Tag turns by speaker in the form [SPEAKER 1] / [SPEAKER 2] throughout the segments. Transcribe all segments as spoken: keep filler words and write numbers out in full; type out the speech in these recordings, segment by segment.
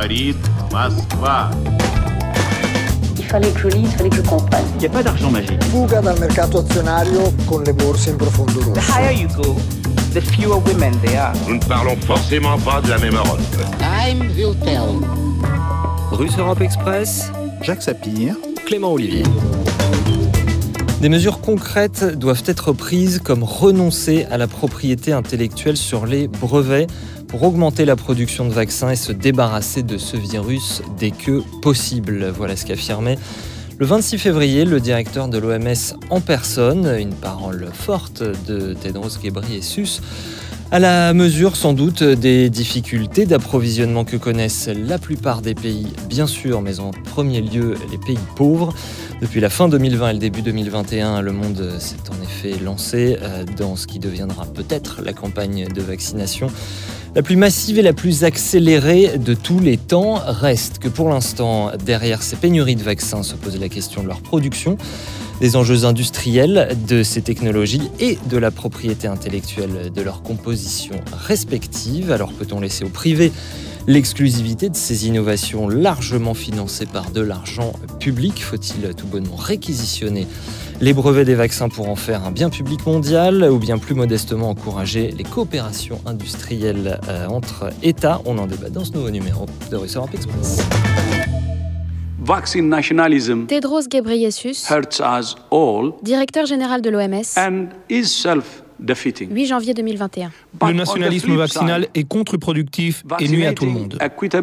[SPEAKER 1] говорит Москва.
[SPEAKER 2] Il fallait que je lise, il fallait que je comprenne.
[SPEAKER 3] Il n'y a pas d'argent magique.
[SPEAKER 4] Fuga dal mercato azionario con le borse in profondo rosso.
[SPEAKER 5] The higher you go, the fewer women there are.
[SPEAKER 1] Nous ne parlons forcément pas de la même Europe.
[SPEAKER 6] Time will tell.
[SPEAKER 7] Russe Europe Express,
[SPEAKER 8] Jacques Sapir,
[SPEAKER 7] Clément Olivier. Des mesures concrètes doivent être prises comme renoncer à la propriété intellectuelle sur les brevets pour augmenter la production de vaccins et se débarrasser de ce virus dès que possible. Voilà ce qu'affirmait le vingt-six février le directeur de l'O M S en personne, une parole forte de Tedros Ghebreyesus, à la mesure sans doute des difficultés d'approvisionnement que connaissent la plupart des pays, bien sûr, mais en premier lieu les pays pauvres. Depuis la fin deux mille vingt et le début deux mille vingt et un, le monde s'est en effet lancé dans ce qui deviendra peut-être la campagne de vaccination la plus massive et la plus accélérée de tous les temps. Reste que pour l'instant, derrière ces pénuries de vaccins se pose la question de leur production, des enjeux industriels de ces technologies et de la propriété intellectuelle de leur composition respective. Alors peut-on laisser au privé l'exclusivité de ces innovations largement financées par de l'argent public? Faut-il tout bonnement réquisitionner les brevets des vaccins pour en faire un bien public mondial, ou bien plus modestement encourager les coopérations industrielles euh, entre États? On en débat dans ce nouveau numéro de Russe Europe Express.
[SPEAKER 9] Vaccine nationalism
[SPEAKER 10] Tedros Ghebreyesus,
[SPEAKER 9] hurts us all
[SPEAKER 10] directeur général de l'O M S,
[SPEAKER 9] and is self-defeating.
[SPEAKER 10] huit janvier deux mille vingt et un.
[SPEAKER 11] Le nationalisme vaccinal est contre-productif et nuit à tout le monde.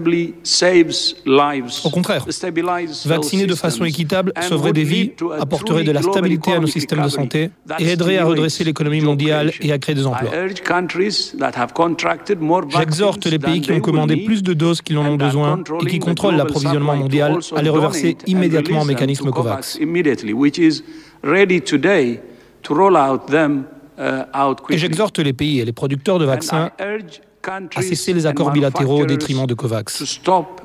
[SPEAKER 11] Au contraire, vacciner de façon équitable sauverait des vies, apporterait de la stabilité à nos systèmes de santé et aiderait à redresser l'économie mondiale et à créer des emplois. J'exhorte les pays qui ont commandé plus de doses qu'ils en ont besoin et qui contrôlent l'approvisionnement mondial à les reverser immédiatement au mécanisme COVAX. Et j'exhorte les pays et les producteurs de vaccins à cesser les accords bilatéraux au détriment de COVAX.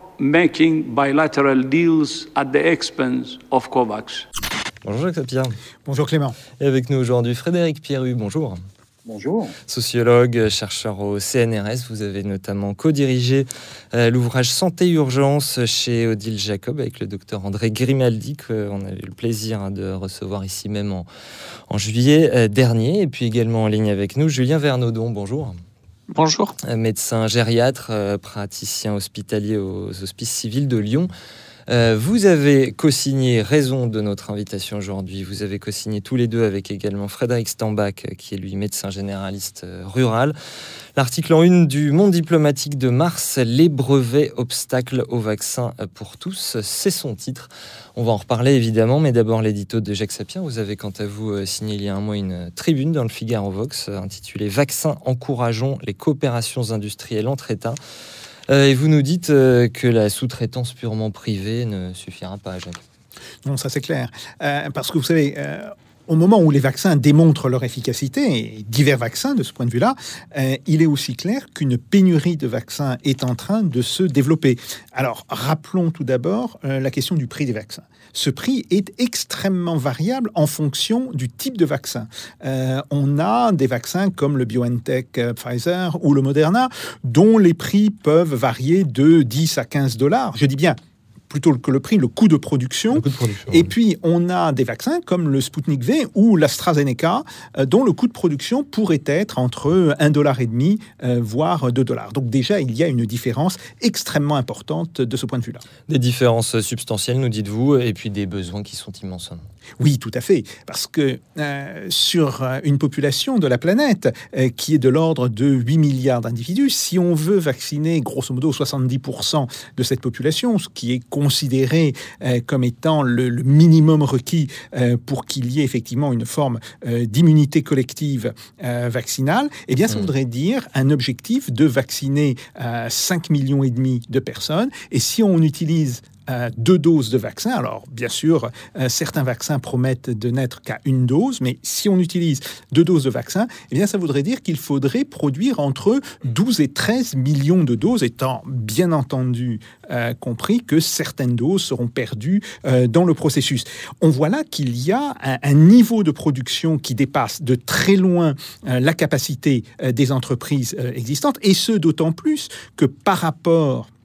[SPEAKER 7] Bonjour Jacques Sapir.
[SPEAKER 4] Bonjour Clément.
[SPEAKER 7] Et avec nous aujourd'hui Frédéric Pierru, bonjour.
[SPEAKER 12] Bonjour.
[SPEAKER 7] Sociologue, chercheur au C N R S, vous avez notamment co-dirigé euh, l'ouvrage Santé Urgence chez Odile Jacob avec le docteur André Grimaldi, qu'on a eu le plaisir de recevoir ici même en, en juillet euh, dernier. Et puis également en ligne avec nous, Julien Vernaudon, bonjour.
[SPEAKER 12] Bonjour.
[SPEAKER 7] Euh, médecin gériatre, euh, praticien hospitalier aux Hospices Civils de Lyon. Euh, vous avez co-signé, raison de notre invitation aujourd'hui, vous avez co-signé tous les deux avec également Frédéric Stambach, qui est lui médecin généraliste euh, rural, l'article en une du Monde diplomatique de mars, les brevets obstacles au vaccin pour tous, c'est son titre. On va en reparler évidemment, mais d'abord l'édito de Jacques Sapir. Vous avez quant à vous euh, signé il y a un mois une tribune dans le Figaro Vox euh, intitulée « Vaccins encourageons les coopérations industrielles entre États ». Euh, et vous nous dites euh, que la sous-traitance purement privée ne suffira pas, Jacques.
[SPEAKER 4] Non, ça c'est clair. Euh, parce que vous savez, euh, au moment où les vaccins démontrent leur efficacité, et divers vaccins de ce point de vue-là, euh, il est aussi clair qu'une pénurie de vaccins est en train de se développer. Alors, rappelons tout d'abord euh, la question du prix des vaccins. Ce prix est extrêmement variable en fonction du type de vaccin. Euh, on a des vaccins comme le BioNTech euh, Pfizer ou le Moderna, dont les prix peuvent varier de dix à quinze dollars. Je dis bien plutôt que le prix, le coût de production.
[SPEAKER 7] Le coût de production
[SPEAKER 4] et
[SPEAKER 7] oui.
[SPEAKER 4] Puis, on a des vaccins comme le Sputnik V ou l'AstraZeneca, euh, dont le coût de production pourrait être entre un dollar et demi, euh, voire deux dollars. Donc déjà, il y a une différence extrêmement importante de ce point de vue-là.
[SPEAKER 7] Des différences substantielles, nous dites-vous, et puis des besoins qui sont immenses.
[SPEAKER 4] Oui, tout à fait. Parce que euh, sur une population de la planète euh, qui est de l'ordre de huit milliards d'individus, si on veut vacciner grosso modo soixante-dix pour cent de cette population, ce qui est considéré euh, comme étant le, le minimum requis euh, pour qu'il y ait effectivement une forme euh, d'immunité collective euh, vaccinale, eh bien, ça mmh. voudrait dire un objectif de vacciner euh, cinq millions et demi de personnes. Et si on utilise Euh, deux doses de vaccin. Alors, bien sûr, euh, certains vaccins promettent de n'être qu'à une dose, mais si on utilise deux doses de vaccin, eh bien, ça voudrait dire qu'il faudrait produire entre douze et treize millions de doses, étant bien entendu euh, compris que certaines doses seront perdues euh, dans le processus. On voit là qu'il y a un, un niveau de production qui dépasse de très loin euh, la capacité euh, des entreprises euh, existantes, et ce, d'autant plus que par rapport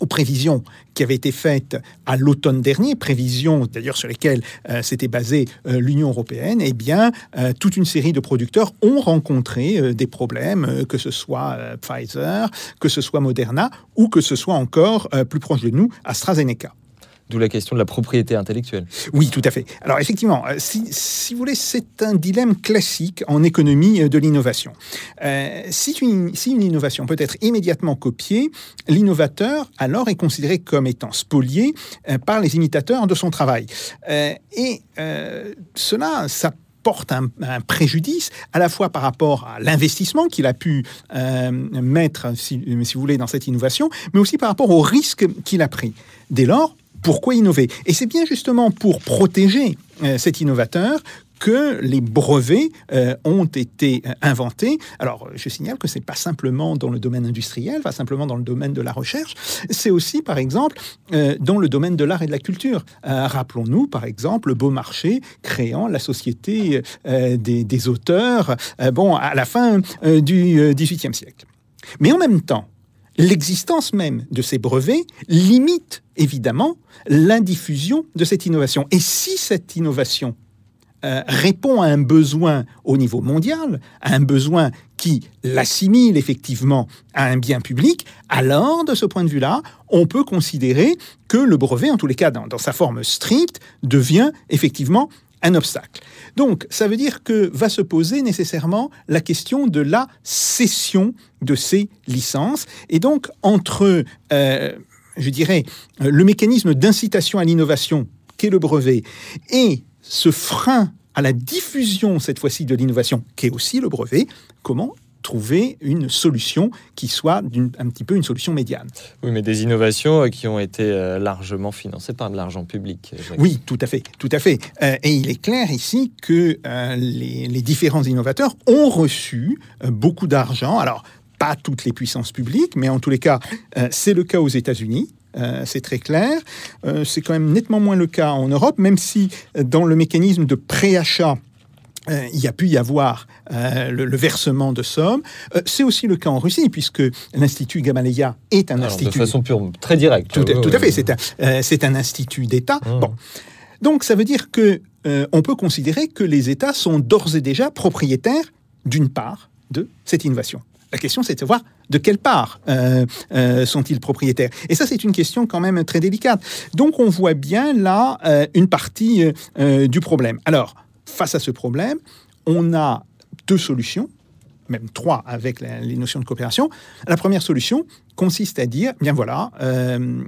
[SPEAKER 4] aux prévisions qui avaient été faites à l'automne dernier, prévisions d'ailleurs sur lesquelles euh, s'était basée euh, l'Union européenne, eh bien, euh, toute une série de producteurs ont rencontré euh, des problèmes, euh, que ce soit euh, Pfizer, que ce soit Moderna, ou que ce soit encore euh, plus proche de nous, AstraZeneca.
[SPEAKER 7] D'où la question de la propriété intellectuelle.
[SPEAKER 4] Oui, tout à fait. Alors effectivement, si, si vous voulez, c'est un dilemme classique en économie de l'innovation. Euh, si, une, si une innovation peut être immédiatement copiée, l'innovateur alors est considéré comme étant spolié euh, par les imitateurs de son travail. Euh, et euh, cela, ça porte un, un préjudice à la fois par rapport à l'investissement qu'il a pu euh, mettre, si, si vous voulez, dans cette innovation, mais aussi par rapport au risque qu'il a pris. Dès lors, pourquoi innover ? Et c'est bien justement pour protéger euh, cet innovateur que les brevets euh, ont été inventés. Alors, je signale que ce n'est pas simplement dans le domaine industriel, pas simplement dans le domaine de la recherche, c'est aussi, par exemple, euh, dans le domaine de l'art et de la culture. Euh, rappelons-nous, par exemple, le Beaumarchais créant la Société euh, des, des auteurs euh, bon, à la fin euh, du dix-huitième siècle. Mais en même temps, l'existence même de ces brevets limite évidemment l'indiffusion de cette innovation. Et si cette innovation euh, répond à un besoin au niveau mondial, à un besoin qui l'assimile effectivement à un bien public, alors de ce point de vue-là, on peut considérer que le brevet, en tous les cas dans, dans sa forme stricte, devient effectivement un obstacle. Donc, ça veut dire que va se poser nécessairement la question de la cession de ces licences. Et donc, entre, euh, je dirais, le mécanisme d'incitation à l'innovation qu'est le brevet et ce frein à la diffusion, cette fois-ci, de l'innovation qu'est aussi le brevet, comment trouver une solution qui soit d'une, un petit peu une solution médiane.
[SPEAKER 7] Oui, mais des innovations qui ont été largement financées par de l'argent public.
[SPEAKER 4] Oui, tout à fait, tout à fait. Euh, et il est clair ici que euh, les, les différents innovateurs ont reçu euh, beaucoup d'argent. Alors, pas toutes les puissances publiques, mais en tous les cas, euh, c'est le cas aux États-Unis. Euh, c'est très clair. Euh, c'est quand même nettement moins le cas en Europe, même si euh, dans le mécanisme de préachat, Euh, il y a pu y avoir euh, le, le versement de sommes. Euh, c'est aussi le cas en Russie, puisque l'Institut Gamaleya est un
[SPEAKER 7] Alors,
[SPEAKER 4] institut...
[SPEAKER 7] de façon pure, très directe.
[SPEAKER 4] Tout, tout à fait, c'est un, euh, c'est un institut d'État. Mmh. Bon. Donc, ça veut dire que euh, on peut considérer que les États sont d'ores et déjà propriétaires d'une part de cette innovation. La question, c'est de savoir de quelle part euh, euh, sont-ils propriétaires. Et ça, c'est une question quand même très délicate. Donc, on voit bien là euh, une partie euh, du problème. Alors, face à ce problème, on a deux solutions, même trois avec la, les notions de coopération. La première solution consiste à dire, bien voilà, euh,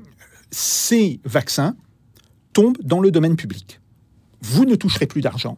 [SPEAKER 4] ces vaccins tombent dans le domaine public. Vous ne toucherez plus d'argent.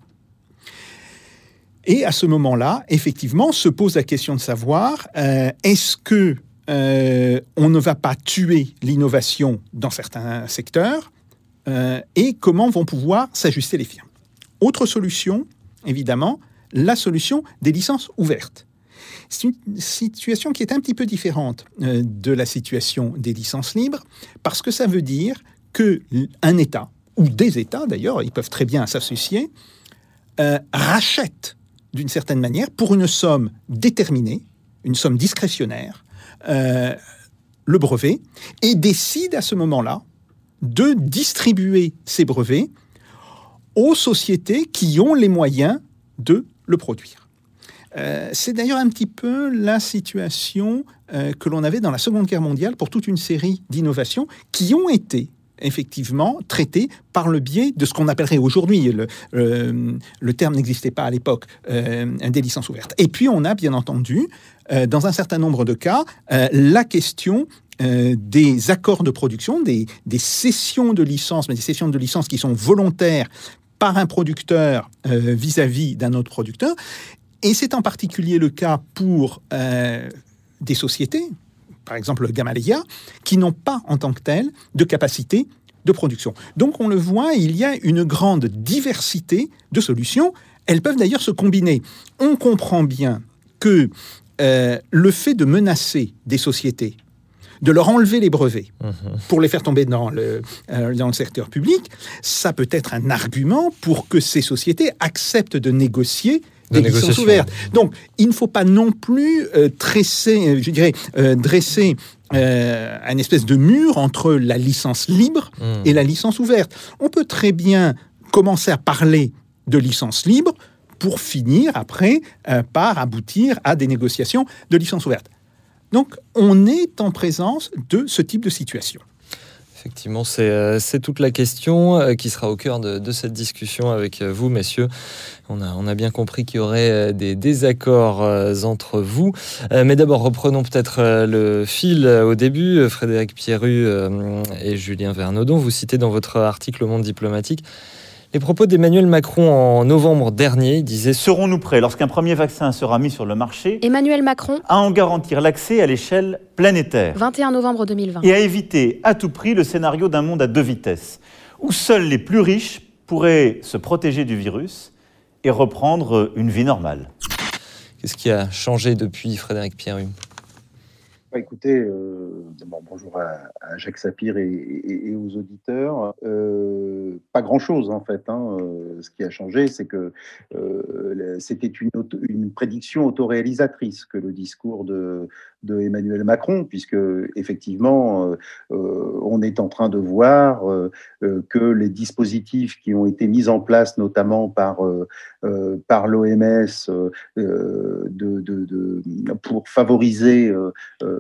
[SPEAKER 4] Et à ce moment-là, effectivement, se pose la question de savoir, euh, est-ce que euh, on ne va pas tuer l'innovation dans certains secteurs euh, et comment vont pouvoir s'ajuster les firmes. Autre solution, évidemment, la solution des licences ouvertes. C'est une situation qui est un petit peu différente euh, de la situation des licences libres, parce que ça veut dire qu'un État, ou des États d'ailleurs, ils peuvent très bien s'associer, euh, rachètent d'une certaine manière, pour une somme déterminée, une somme discrétionnaire, euh, le brevet, et décident à ce moment-là de distribuer ces brevets aux sociétés qui ont les moyens de le produire. Euh, c'est d'ailleurs un petit peu la situation euh, que l'on avait dans la Seconde Guerre mondiale pour toute une série d'innovations qui ont été effectivement traitées par le biais de ce qu'on appellerait aujourd'hui, le, le, le terme n'existait pas à l'époque, euh, des licences ouvertes. Et puis on a bien entendu, euh, dans un certain nombre de cas, euh, la question Euh, des accords de production, des, des cessions de licences, mais des cessions de licences qui sont volontaires par un producteur euh, vis-à-vis d'un autre producteur. Et c'est en particulier le cas pour euh, des sociétés, par exemple Gamaleya, qui n'ont pas en tant que telles de capacité de production. Donc on le voit, il y a une grande diversité de solutions. Elles peuvent d'ailleurs se combiner. On comprend bien que euh, le fait de menacer des sociétés, de leur enlever les brevets pour les faire tomber dans le, euh, dans le secteur public, ça peut être un argument pour que ces sociétés acceptent de négocier des de licences ouvertes. Donc, il ne faut pas non plus euh, tresser, je dirais, euh, dresser euh, un espèce de mur entre la licence libre mmh. et la licence ouverte. On peut très bien commencer à parler de licence libre pour finir après euh, par aboutir à des négociations de licence ouverte. Donc, on est en présence de ce type de situation.
[SPEAKER 7] Effectivement, c'est, euh, c'est toute la question euh, qui sera au cœur de, de cette discussion avec euh, vous, messieurs. On a, on a bien compris qu'il y aurait euh, des désaccords euh, entre vous. Euh, mais d'abord, reprenons peut-être euh, le fil euh, au début. Euh, Frédéric Pierru euh, et Julien Vernodon, vous citez dans votre article au Monde diplomatique les propos d'Emmanuel Macron en novembre dernier. Il disait «
[SPEAKER 3] Serons-nous prêts, lorsqu'un premier vaccin sera mis sur le marché,
[SPEAKER 10] Emmanuel Macron,
[SPEAKER 3] à en garantir l'accès à l'échelle planétaire,
[SPEAKER 10] vingt et un novembre deux mille vingt,
[SPEAKER 3] et à éviter à tout prix le scénario d'un monde à deux vitesses, où seuls les plus riches pourraient se protéger du virus et reprendre une vie normale ».
[SPEAKER 7] Qu'est-ce qui a changé depuis, Frédéric Pierru ?
[SPEAKER 8] Bah, écoutez, euh, bon, bonjour à, à Jacques Sapir et, et, et aux auditeurs. Euh, pas grand-chose en fait. Hein. Euh, ce qui a changé, c'est que euh, c'était une, auto, une prédiction autoréalisatrice que le discours de, de Emmanuel Macron, puisque effectivement, euh, on est en train de voir euh, que les dispositifs qui ont été mis en place, notamment par euh, euh, par l'O M S, euh, de, de, de, pour favoriser euh,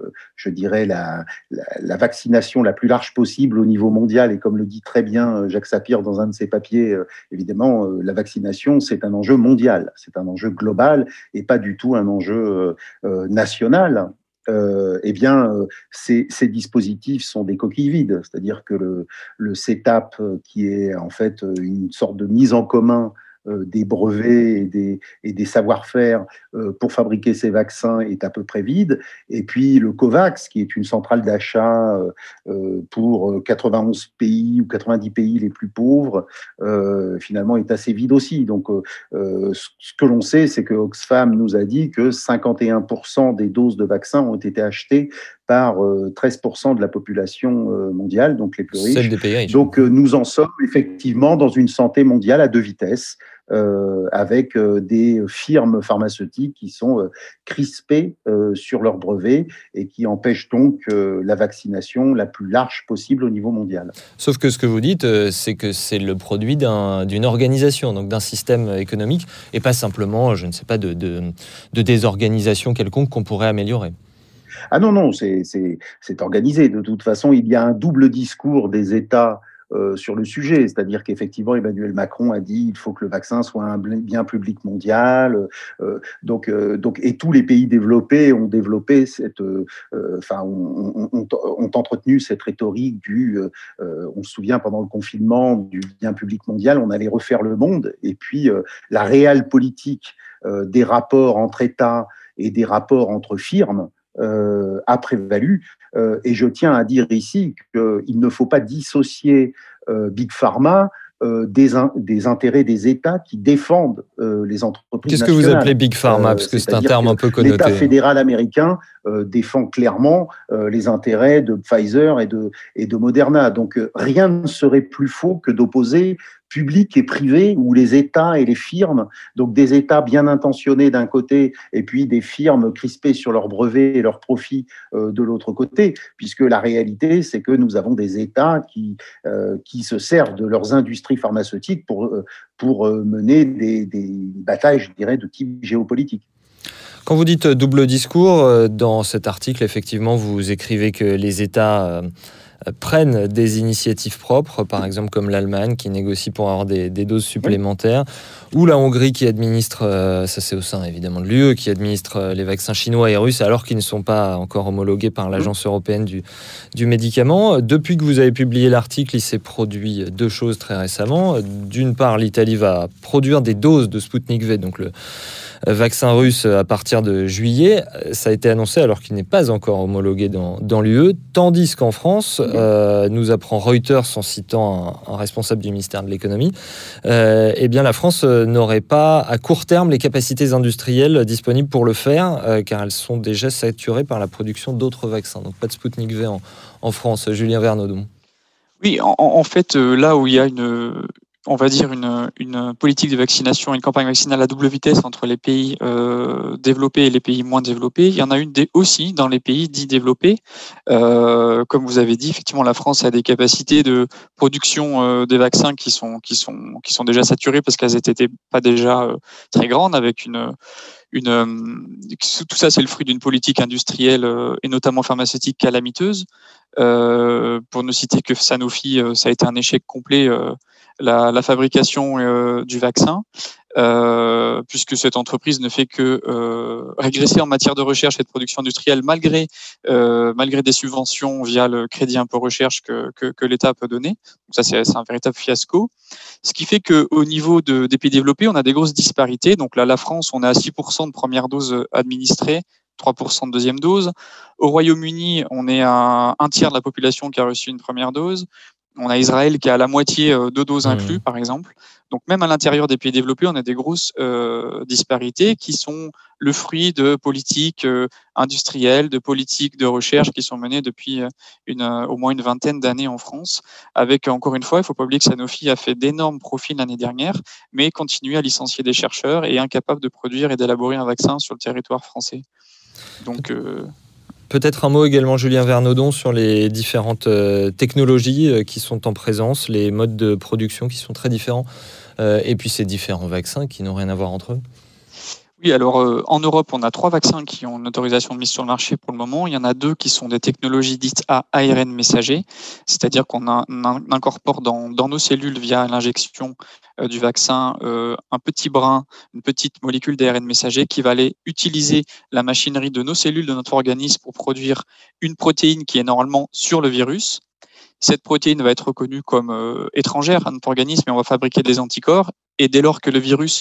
[SPEAKER 8] je dirais, la, la, la vaccination la plus large possible au niveau mondial. Et comme le dit très bien Jacques Sapir dans un de ses papiers, euh, évidemment, euh, la vaccination, c'est un enjeu mondial, c'est un enjeu global et pas du tout un enjeu euh, euh, national. Euh, eh bien, euh, ces, ces dispositifs sont des coquilles vides. C'est-à-dire que le, le CETAP, qui est en fait une sorte de mise en commun des brevets et des, et des savoir-faire euh, pour fabriquer ces vaccins est à peu près vide. Et puis le COVAX, qui est une centrale d'achat euh, pour quatre-vingt-onze pays ou quatre-vingt-dix pays les plus pauvres, euh, finalement est assez vide aussi. Donc euh, ce que l'on sait, c'est que Oxfam nous a dit que cinquante et un pour cent des doses de vaccins ont été achetées par euh, treize pour cent de la population euh, mondiale, donc les plus riches.
[SPEAKER 7] Celle des pays riches.
[SPEAKER 8] Donc euh, nous en sommes effectivement dans une santé mondiale à deux vitesses, euh, avec euh, des firmes pharmaceutiques qui sont euh, crispées euh, sur leurs brevets et qui empêchent donc euh, la vaccination la plus large possible au niveau mondial.
[SPEAKER 7] Sauf que ce que vous dites, euh, c'est que c'est le produit d'un, d'une organisation, donc d'un système économique, et pas simplement, je ne sais pas, de, de, de désorganisation quelconque qu'on pourrait améliorer.
[SPEAKER 8] Ah non, non, c'est, c'est, c'est organisé. De toute façon, il y a un double discours des États euh, sur le sujet. C'est-à-dire qu'effectivement, Emmanuel Macron a dit qu'il faut que le vaccin soit un bien public mondial. Euh, donc, euh, donc, et tous les pays développés ont développé cette, euh, enfin, ont, ont, ont entretenu cette rhétorique du, euh, on se souvient pendant le confinement, du bien public mondial, on allait refaire le monde. Et puis, euh, la réelle politique euh, des rapports entre États et des rapports entre firmes Euh, a prévalu. Euh, et je tiens à dire ici qu'il ne faut pas dissocier euh, Big Pharma euh, des, in- des intérêts des États qui défendent euh, les entreprises
[SPEAKER 7] Qu'est-ce
[SPEAKER 8] nationales.
[SPEAKER 7] que vous appelez Big Pharma ? Parce que c'est un terme un peu connoté.
[SPEAKER 8] L'État fédéral américain euh, défend clairement euh, les intérêts de Pfizer et de, et de Moderna. Donc euh, rien ne serait plus faux que d'opposer public et privé, ou les États et les firmes, donc des États bien intentionnés d'un côté et puis des firmes crispées sur leurs brevets et leurs profits euh, de l'autre côté, puisque la réalité, c'est que nous avons des États qui, euh, qui se servent de leurs industries pharmaceutiques pour, euh, pour euh, mener des, des batailles, je dirais, de type géopolitique.
[SPEAKER 7] Quand vous dites double discours, dans cet article, effectivement, vous écrivez que les États prennent des initiatives propres, par exemple comme l'Allemagne qui négocie pour avoir des, des doses supplémentaires, ou la Hongrie qui administre, ça c'est au sein évidemment de l'U E, qui administre les vaccins chinois et russes alors qu'ils ne sont pas encore homologués par l'Agence européenne du, du médicament. Depuis que vous avez publié l'article, il s'est produit deux choses très récemment. D'une part, l'Italie va produire des doses de Sputnik V, donc le vaccin russe, à partir de juillet. Ça a été annoncé alors qu'il n'est pas encore homologué dans, dans l'U E, tandis qu'en France, euh, nous apprend Reuters en citant un, un responsable du ministère de l'économie, euh, eh bien la France n'aurait pas à court terme les capacités industrielles disponibles pour le faire, euh, car elles sont déjà saturées par la production d'autres vaccins. Donc pas de Sputnik V en, en France. Julien Vernodon.
[SPEAKER 12] Oui, en, en fait, là où il y a une... on va dire, une, une politique de vaccination, une campagne vaccinale à double vitesse entre les pays euh, développés et les pays moins développés. Il y en a une des, aussi dans les pays dits développés. Euh, comme vous avez dit, effectivement, la France a des capacités de production euh, des vaccins qui sont, qui sont, qui sont déjà saturées parce qu'elles n'étaient pas déjà euh, très grandes, avec une... Une, euh, tout ça, c'est le fruit d'une politique industrielle euh, et notamment pharmaceutique calamiteuse. Euh, pour ne citer que Sanofi, euh, ça a été un échec complet, euh, la, la fabrication euh, du vaccin, euh, puisque cette entreprise ne fait que euh, régresser en matière de recherche et de production industrielle malgré, euh, malgré des subventions via le crédit impôt recherche que, que, que l'État peut donner. Donc ça, c'est, c'est un véritable fiasco. Ce qui fait qu'au niveau de, des pays développés, on a des grosses disparités. Donc là, la France, on est à six pour cent de première dose administrée, trois pour cent de deuxième dose. Au Royaume-Uni, on est à un tiers de la population qui a reçu une première dose. On a Israël qui a la moitié de doses inclus, mmh. par exemple. Donc même à l'intérieur des pays développés, on a des grosses euh, disparités qui sont le fruit de politiques euh, industrielles, de politiques de recherche qui sont menées depuis une, euh, au moins une vingtaine d'années en France. Avec, encore une fois, il ne faut pas oublier que Sanofi a fait d'énormes profits l'année dernière, mais continue à licencier des chercheurs et est incapable de produire et d'élaborer un vaccin sur le territoire français. Donc... Euh,
[SPEAKER 7] Peut-être un mot également, Julien Vernodon, sur les différentes euh, technologies euh, qui sont en présence, les modes de production qui sont très différents, euh, et puis ces différents vaccins qui n'ont rien à voir entre eux.
[SPEAKER 12] Oui, alors euh, en Europe, on a trois vaccins qui ont une autorisation de mise sur le marché pour le moment. Il y en a deux qui sont des technologies dites à A R N messager, c'est-à-dire qu'on a, on incorpore dans, dans nos cellules via l'injection euh, du vaccin euh, un petit brin, une petite molécule d'A R N messager qui va aller utiliser la machinerie de nos cellules, de notre organisme pour produire une protéine qui est normalement sur le virus. Cette protéine va être reconnue comme euh, étrangère à notre organisme et on va fabriquer des anticorps. Et dès lors que le virus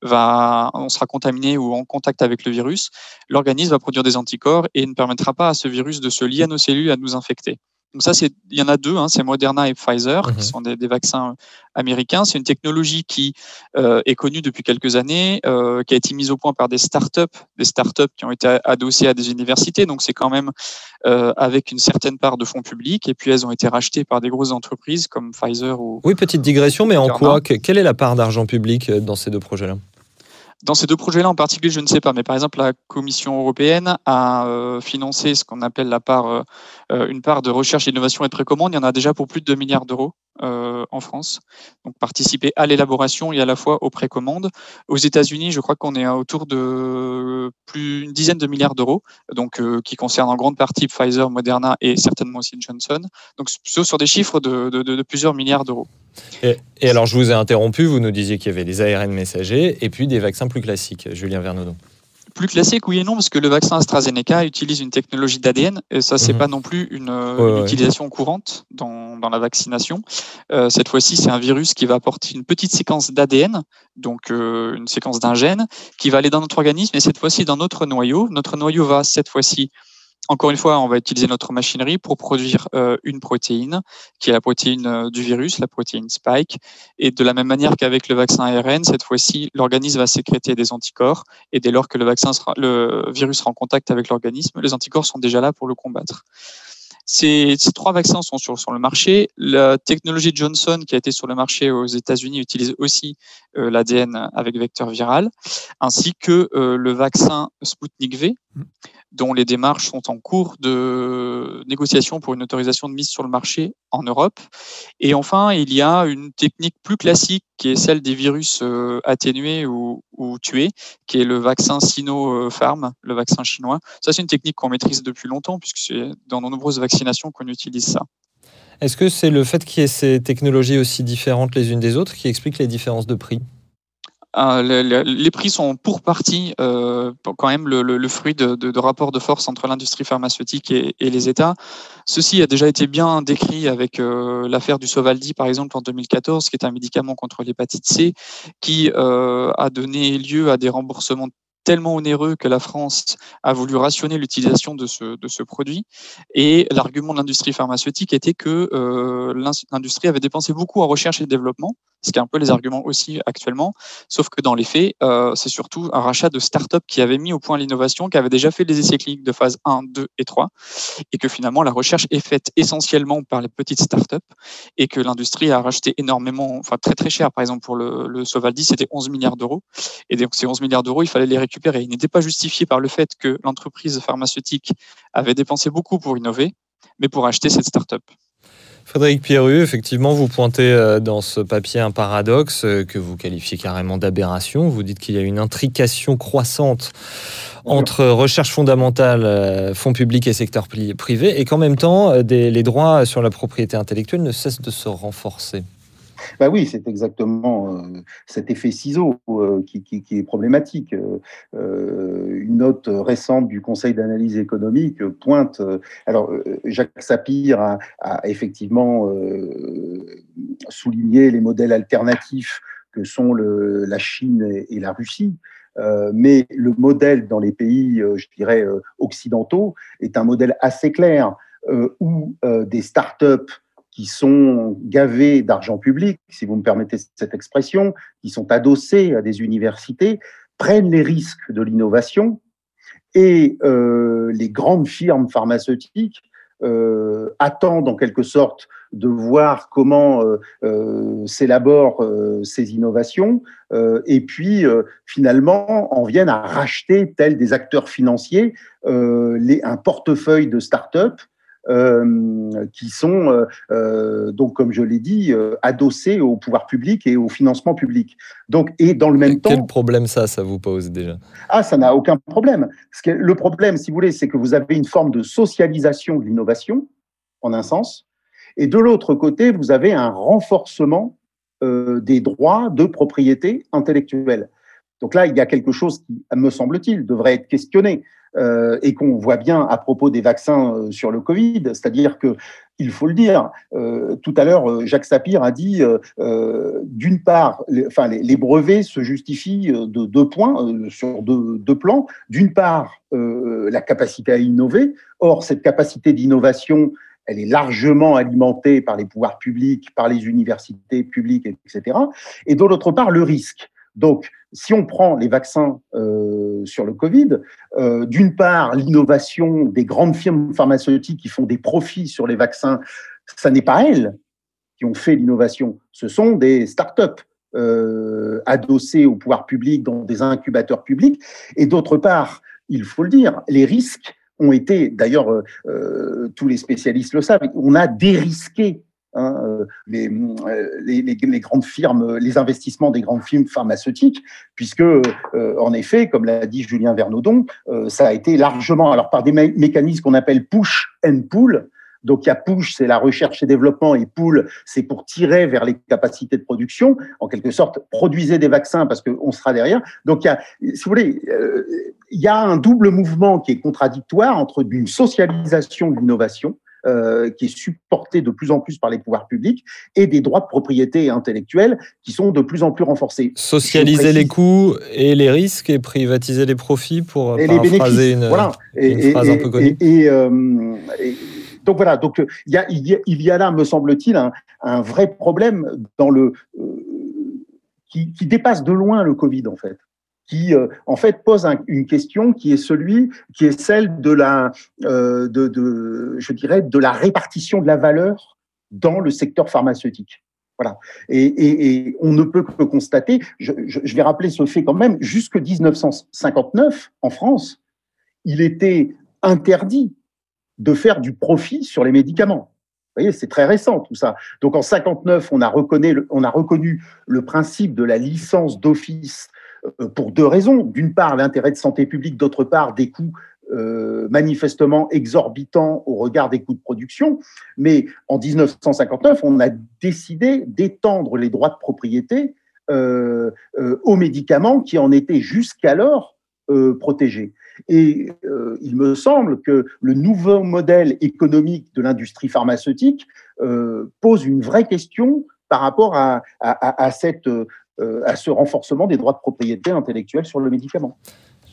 [SPEAKER 12] va, on sera contaminé ou en contact avec le virus, l'organisme va produire des anticorps et ne permettra pas à ce virus de se lier à nos cellules, à nous infecter. Donc ça, c'est, il y en a deux, hein, c'est Moderna et Pfizer, mmh. qui sont des, des vaccins américains. C'est une technologie qui euh, est connue depuis quelques années, euh, qui a été mise au point par des startups, des startups qui ont été adossées à des universités. Donc c'est quand même euh, avec une certaine part de fonds publics. Et puis elles ont été rachetées par des grosses entreprises comme Pfizer ou.
[SPEAKER 7] Oui, petite digression, mais en quoi, quelle est la part d'argent public dans ces deux projets-là ?
[SPEAKER 12] Dans ces deux projets-là en particulier, je ne sais pas, mais par exemple, la Commission européenne a euh, financé ce qu'on appelle la part, euh, une part de recherche, innovation et de précommande. Il y en a déjà pour plus de deux milliards d'euros euh, en France. Donc, participer à l'élaboration et à la fois aux précommandes. Aux États-Unis, je crois qu'on est autour de plus une dizaine de milliards d'euros, donc euh, qui concernent en grande partie Pfizer, Moderna et certainement aussi Johnson. Donc, plutôt sur des chiffres de, de, de, de plusieurs milliards d'euros.
[SPEAKER 7] Et, et alors, je vous ai interrompu, vous nous disiez qu'il y avait des A R N messagers et puis des vaccins plus classiques, Julien Vernodon.
[SPEAKER 12] Plus classique, oui et non, parce que le vaccin AstraZeneca utilise une technologie d'A D N, et ça, c'est mmh. pas non plus une, ouais, une ouais. utilisation courante dans, dans la vaccination. Euh, cette fois-ci, c'est un virus qui va apporter une petite séquence d'A D N, donc euh, une séquence d'un gène, qui va aller dans notre organisme, et cette fois-ci dans notre noyau. Notre noyau va, cette fois-ci, encore une fois, on va utiliser notre machinerie pour produire euh, une protéine, qui est la protéine euh, du virus, la protéine Spike. Et de la même manière qu'avec le vaccin A R N, cette fois-ci, l'organisme va sécréter des anticorps. Et dès lors que le, vaccin sera, le virus sera en contact avec l'organisme, les anticorps sont déjà là pour le combattre. Ces, ces trois vaccins sont sur, sur le marché. La technologie Johnson, qui a été sur le marché aux États-Unis, utilise aussi euh, l'A D N avec vecteur viral, ainsi que euh, le vaccin Sputnik V, dont les démarches sont en cours de négociation pour une autorisation de mise sur le marché en Europe. Et enfin, il y a une technique plus classique qui est celle des virus euh, atténués ou, ou tués, qui est le vaccin Sinopharm, le vaccin chinois. Ça, c'est une technique qu'on maîtrise depuis longtemps, puisque c'est dans de nombreuses vaccinations qu'on utilise ça.
[SPEAKER 7] Est-ce que c'est le fait qu'il y ait ces technologies aussi différentes les unes des autres qui explique les différences de prix ?
[SPEAKER 12] Euh, les, les prix sont pour partie euh, quand même le, le, le fruit de, de, de rapports de force entre l'industrie pharmaceutique et, et les États. Ceci a déjà été bien décrit avec euh, l'affaire du Sovaldi, par exemple, en deux mille quatorze, qui est un médicament contre l'hépatite C, qui euh, a donné lieu à des remboursements tellement onéreux que la France a voulu rationner l'utilisation de ce, de ce produit. Et l'argument de l'industrie pharmaceutique était que euh, l'industrie avait dépensé beaucoup en recherche et développement, ce qui est un peu les arguments aussi actuellement, sauf que dans les faits, euh, c'est surtout un rachat de start-up qui avait mis au point l'innovation, qui avait déjà fait des essais cliniques de phase un, deux et trois, et que finalement la recherche est faite essentiellement par les petites start-up, et que l'industrie a racheté énormément, enfin très très cher, par exemple pour le, le Sovaldi, c'était onze milliards d'euros, et donc ces onze milliards d'euros, il fallait les récupérer. Il n'était pas justifié par le fait que l'entreprise pharmaceutique avait dépensé beaucoup pour innover, mais pour acheter cette start-up.
[SPEAKER 7] Frédéric Pierru, effectivement, vous pointez dans ce papier un paradoxe que vous qualifiez carrément d'aberration. Vous dites qu'il y a une intrication croissante entre recherche fondamentale, fonds publics et secteur privé, et qu'en même temps, des, les droits sur la propriété intellectuelle ne cessent de se renforcer.
[SPEAKER 8] Bah oui, c'est exactement euh, cet effet ciseau euh, qui, qui, qui est problématique. Euh, une note récente du Conseil d'analyse économique pointe. Euh, alors, euh, Jacques Sapir a, a effectivement euh, souligné les modèles alternatifs que sont le, la Chine et, et la Russie. Euh, mais le modèle dans les pays, euh, je dirais, euh, occidentaux est un modèle assez clair euh, où euh, des startups qui sont gavés d'argent public, si vous me permettez cette expression, qui sont adossés à des universités, prennent les risques de l'innovation et euh, les grandes firmes pharmaceutiques euh, attendent en quelque sorte de voir comment euh, euh, s'élaborent euh, ces innovations euh, et puis euh, finalement en viennent à racheter, tels des acteurs financiers, euh, les, un portefeuille de start-up Euh, qui sont, euh, euh, donc, comme je l'ai dit, euh, adossés au pouvoir public et au financement public. Donc, et dans le même
[SPEAKER 7] Quel
[SPEAKER 8] temps...
[SPEAKER 7] Quel problème ça, ça vous pose déjà ?
[SPEAKER 8] Ah, ça n'a aucun problème. Parce que le problème, si vous voulez, c'est que vous avez une forme de socialisation de l'innovation, en un sens, et de l'autre côté, vous avez un renforcement euh, des droits de propriété intellectuelle. Donc là, il y a quelque chose qui, me semble-t-il, devrait être questionné. Euh, et qu'on voit bien à propos des vaccins euh, sur le Covid, c'est-à-dire que, il faut le dire, euh, tout à l'heure, euh, Jacques Sapir a dit, euh, euh, d'une part, les, enfin, les, les brevets se justifient de deux points, euh, sur deux, deux plans. D'une part, euh, la capacité à innover. Or, cette capacité d'innovation, elle est largement alimentée par les pouvoirs publics, par les universités publiques, et cetera. Et de l'autre part, le risque. Donc, si on prend les vaccins euh, sur le Covid, euh, d'une part, l'innovation des grandes firmes pharmaceutiques qui font des profits sur les vaccins, ça n'est pas elles qui ont fait l'innovation, ce sont des start-up euh, adossées au pouvoir public dans des incubateurs publics. Et d'autre part, il faut le dire, les risques ont été, d'ailleurs, euh, tous les spécialistes le savent, on a dérisqué Hein, les, les, les, les grandes firmes, les investissements des grandes firmes pharmaceutiques, puisque, euh, en effet, comme l'a dit Julien Vernodon, euh, ça a été largement, alors par des mé- mécanismes qu'on appelle push and pull. Donc, il y a push, c'est la recherche et développement, et pull, c'est pour tirer vers les capacités de production. En quelque sorte, produisez des vaccins parce qu'on sera derrière. Donc, il y a, si vous voulez, euh, il y a un double mouvement qui est contradictoire entre une socialisation de l'innovation, Euh, qui est supporté de plus en plus par les pouvoirs publics, et des droits de propriété intellectuelle qui sont de plus en plus renforcés.
[SPEAKER 7] Socialiser les coûts et les risques et privatiser les profits, pour
[SPEAKER 8] et
[SPEAKER 7] paraphraser une,
[SPEAKER 8] voilà. et,
[SPEAKER 7] une
[SPEAKER 8] et,
[SPEAKER 7] phrase
[SPEAKER 8] et,
[SPEAKER 7] un peu connue.
[SPEAKER 8] Et, et, euh, et, donc voilà, donc il y a, il y a, il y a là, me semble-t-il, un, un vrai problème dans le, euh, qui, qui dépasse de loin le Covid, en fait. qui euh, en fait pose un, une question qui est celui qui est celle de la euh, de, de je dirais de la répartition de la valeur dans le secteur pharmaceutique. Voilà. Et, et, et on ne peut que constater, je, je, je vais rappeler ce fait quand même, jusque dix-neuf cent cinquante-neuf en France, il était interdit de faire du profit sur les médicaments. Vous voyez, c'est très récent tout ça. Donc en cinquante-neuf, on a reconnu, on a reconnu le principe de la licence d'office pour deux raisons. D'une part, l'intérêt de santé publique, d'autre part, des coûts euh, manifestement exorbitants au regard des coûts de production. Mais en dix-neuf cent cinquante-neuf, on a décidé d'étendre les droits de propriété euh, euh, aux médicaments qui en étaient jusqu'alors euh, protégés. Et euh, il me semble que le nouveau modèle économique de l'industrie pharmaceutique euh, pose une vraie question par rapport à, à, à, cette, euh, à ce renforcement des droits de propriété intellectuelle sur le médicament.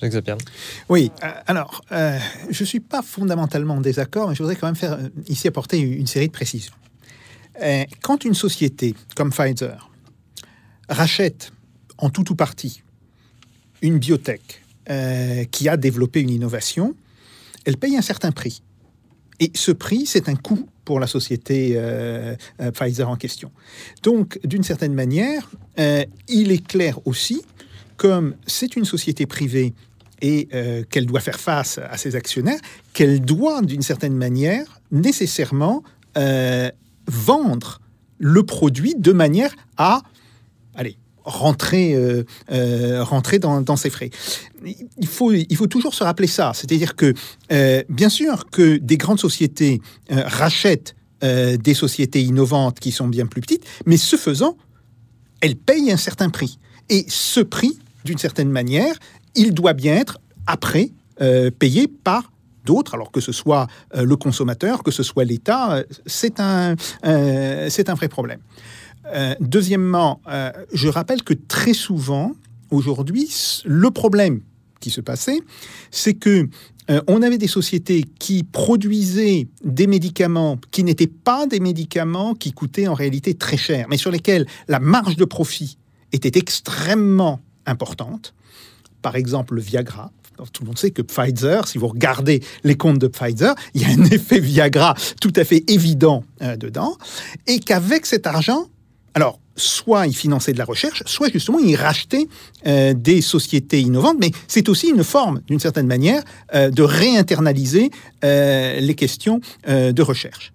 [SPEAKER 7] Xapier.
[SPEAKER 4] Oui, euh, alors, euh, je ne suis pas fondamentalement en désaccord, mais je voudrais quand même faire, euh, ici apporter une série de précisions. Euh, quand une société comme Pfizer rachète en tout ou partie une biotech euh, qui a développé une innovation, elle paye un certain prix. Et ce prix, c'est un coût pour la société euh, euh, Pfizer en question. Donc, d'une certaine manière, euh, il est clair aussi, comme c'est une société privée et euh, qu'elle doit faire face à ses actionnaires, qu'elle doit, d'une certaine manière, nécessairement euh, vendre le produit de manière à, allez, rentrer, euh, euh, rentrer dans, dans ses frais. Il faut, il faut toujours se rappeler ça. C'est-à-dire que, euh, bien sûr, que des grandes sociétés euh, rachètent euh, des sociétés innovantes qui sont bien plus petites, mais ce faisant, elles payent un certain prix. Et ce prix, d'une certaine manière, il doit bien être, après, euh, payé par d'autres, alors que ce soit euh, le consommateur, que ce soit l'État, euh, c'est un, euh, c'est un vrai problème. Euh, deuxièmement, euh, je rappelle que très souvent, aujourd'hui, le problème qui se passait, c'est que euh, on avait des sociétés qui produisaient des médicaments qui n'étaient pas des médicaments qui coûtaient en réalité très cher, mais sur lesquels la marge de profit était extrêmement importante. Par exemple, le Viagra. Tout le monde sait que Pfizer, si vous regardez les comptes de Pfizer, il y a un effet Viagra tout à fait évident euh, dedans, et qu'avec cet argent, alors, soit ils finançaient de la recherche, soit justement ils rachetaient euh, des sociétés innovantes, mais c'est aussi une forme, d'une certaine manière, euh, de réinternaliser euh, les questions euh, de recherche.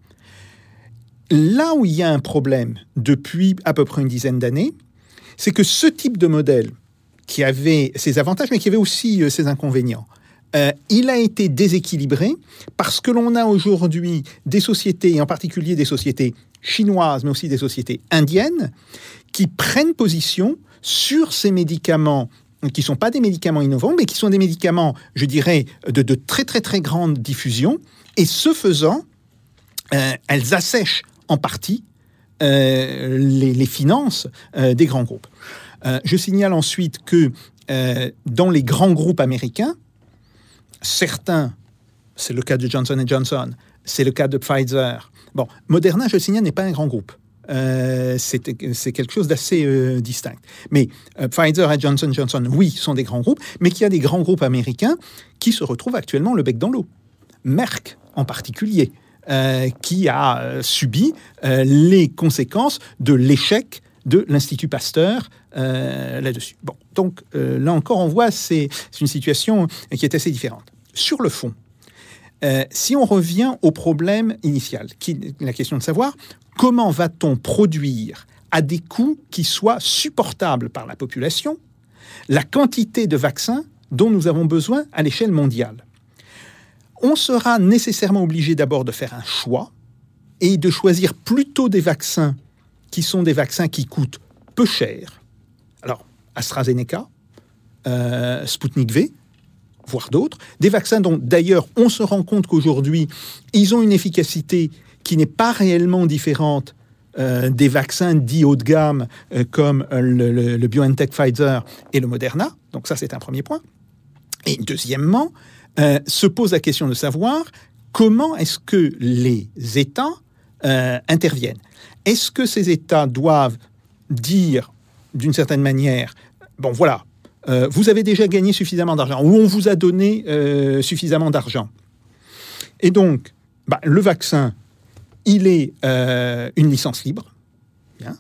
[SPEAKER 4] Là où il y a un problème depuis à peu près une dizaine d'années, c'est que ce type de modèle, qui avait ses avantages, mais qui avait aussi euh, ses inconvénients, euh, il a été déséquilibré parce que l'on a aujourd'hui des sociétés, et en particulier des sociétés chinoises, mais aussi des sociétés indiennes, qui prennent position sur ces médicaments qui ne sont pas des médicaments innovants, mais qui sont des médicaments, je dirais, de, de très très très grande diffusion, et ce faisant, euh, elles assèchent en partie euh, les, les finances euh, des grands groupes. Euh, je signale ensuite que euh, dans les grands groupes américains, certains, c'est le cas de Johnson and Johnson, c'est le cas de Pfizer. Bon, Moderna, je le signale, n'est pas un grand groupe. Euh, c'est, c'est quelque chose d'assez euh, distinct. Mais euh, Pfizer et Johnson and Johnson, oui, sont des grands groupes, mais qu'il y a des grands groupes américains qui se retrouvent actuellement le bec dans l'eau. Merck, en particulier, euh, qui a euh, subi euh, les conséquences de l'échec de l'Institut Pasteur euh, là-dessus. Bon, donc euh, là encore, on voit c'est, c'est une situation qui est assez différente. Sur le fond, euh, si on revient au problème initial, qui, la question de savoir comment va-t-on produire à des coûts qui soient supportables par la population la quantité de vaccins dont nous avons besoin à l'échelle mondiale. On sera nécessairement obligé d'abord de faire un choix et de choisir plutôt des vaccins qui sont des vaccins qui coûtent peu cher. Alors, AstraZeneca, euh, Sputnik V, voire d'autres. Des vaccins dont, d'ailleurs, on se rend compte qu'aujourd'hui, ils ont une efficacité qui n'est pas réellement différente euh, des vaccins dits haut de gamme, euh, comme le, le, le BioNTech Pfizer et le Moderna. Donc ça, c'est un premier point. Et deuxièmement, euh, se pose la question de savoir comment est-ce que les États euh, interviennent. Est-ce que ces États doivent dire, d'une certaine manière, bon voilà, euh, vous avez déjà gagné suffisamment d'argent, ou on vous a donné euh, suffisamment d'argent. Et donc, bah, le vaccin, il est euh, une licence libre. Bien.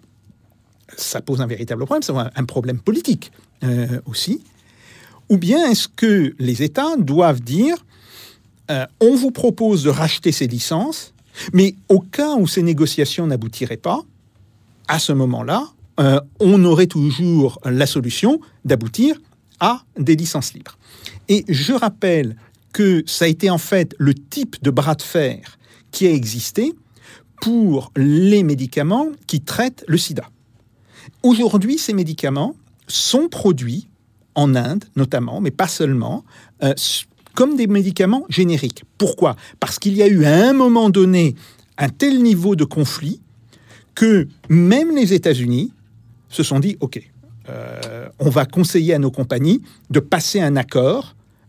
[SPEAKER 4] Ça pose un véritable problème, c'est un problème politique euh, aussi. Ou bien est-ce que les États doivent dire, euh, on vous propose de racheter ces licences, mais au cas où ces négociations n'aboutiraient pas, à ce moment-là, euh, on aurait toujours la solution d'aboutir à des licences libres. Et je rappelle que ça a été en fait le type de bras de fer qui a existé pour les médicaments qui traitent le sida. Aujourd'hui, ces médicaments sont produits en Inde, notamment, mais pas seulement, euh, comme des médicaments génériques. Pourquoi ? Parce qu'il y a eu à un moment donné un tel niveau de conflit que même les États-Unis se sont dit « Ok, euh, on va conseiller à nos compagnies de passer un accord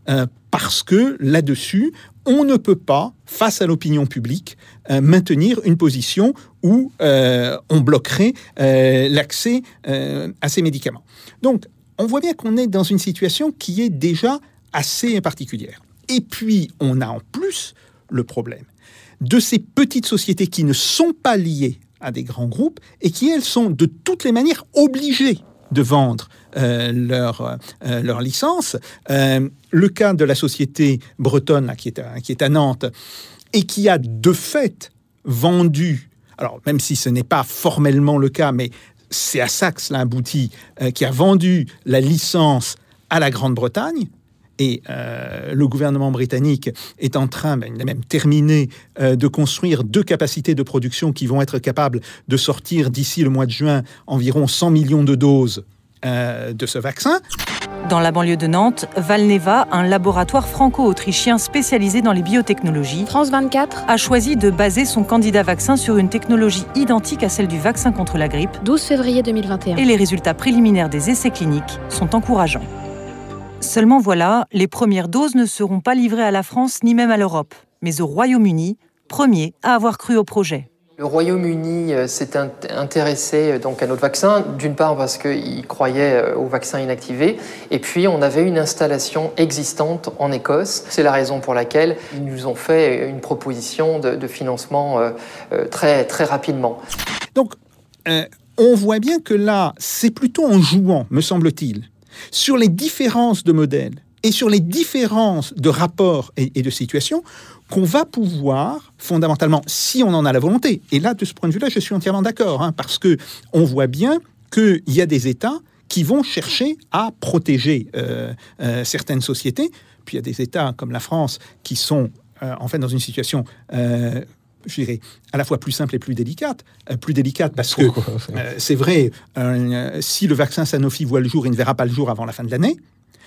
[SPEAKER 4] euh, parce que là-dessus, on ne peut pas, face à l'opinion publique, euh, maintenir une position où euh, on bloquerait euh, l'accès euh, à ces médicaments. Donc, on voit bien qu'on est dans une situation qui est déjà assez particulière. Et puis, on a en plus le problème de ces petites sociétés qui ne sont pas liées à des grands groupes et qui, elles, sont de toutes les manières obligées de vendre euh, leur, euh, leur licence. Euh, le cas de la société bretonne, là, qui, est à, qui est à Nantes, et qui a de fait vendu, alors même si ce n'est pas formellement le cas, mais c'est à ça que cela aboutit, euh, qui a vendu la licence à la Grande-Bretagne. Et euh, le gouvernement britannique est en train, ben, il a même terminé, euh, de construire deux capacités de production qui vont être capables de sortir d'ici le mois de juin environ cent millions de doses euh, de ce vaccin.
[SPEAKER 13] Dans la banlieue de Nantes, Valneva, un laboratoire franco-autrichien spécialisé dans les biotechnologies,
[SPEAKER 10] France vingt-quatre,
[SPEAKER 13] a choisi de baser son candidat vaccin sur une technologie identique à celle du vaccin contre la grippe.
[SPEAKER 10] douze février deux mille vingt et un.
[SPEAKER 13] Et les résultats préliminaires des essais cliniques sont encourageants. Seulement voilà, les premières doses ne seront pas livrées à la France ni même à l'Europe, mais au Royaume-Uni, premier à avoir cru au projet.
[SPEAKER 14] Le Royaume-Uni s'est intéressé donc à notre vaccin, d'une part parce qu'il croyait au vaccin inactivé, et puis on avait une installation existante en Écosse. C'est la raison pour laquelle ils nous ont fait une proposition de, de financement très, très rapidement.
[SPEAKER 4] Donc, euh, on voit bien que là, c'est plutôt en jouant, me semble-t-il, sur les différences de modèles et sur les différences de rapports et, et de situations qu'on va pouvoir, fondamentalement, si on en a la volonté, et là, de ce point de vue-là, je suis entièrement d'accord, hein, parce qu'on voit bien qu'il y a des États qui vont chercher à protéger euh, euh, certaines sociétés, puis il y a des États comme la France qui sont, euh, en fait, dans une situation... Euh, je dirais, à la fois plus simple et plus délicate. Euh, plus délicate parce que, euh, c'est vrai, euh, si le vaccin Sanofi voit le jour, il ne verra pas le jour avant la fin de l'année.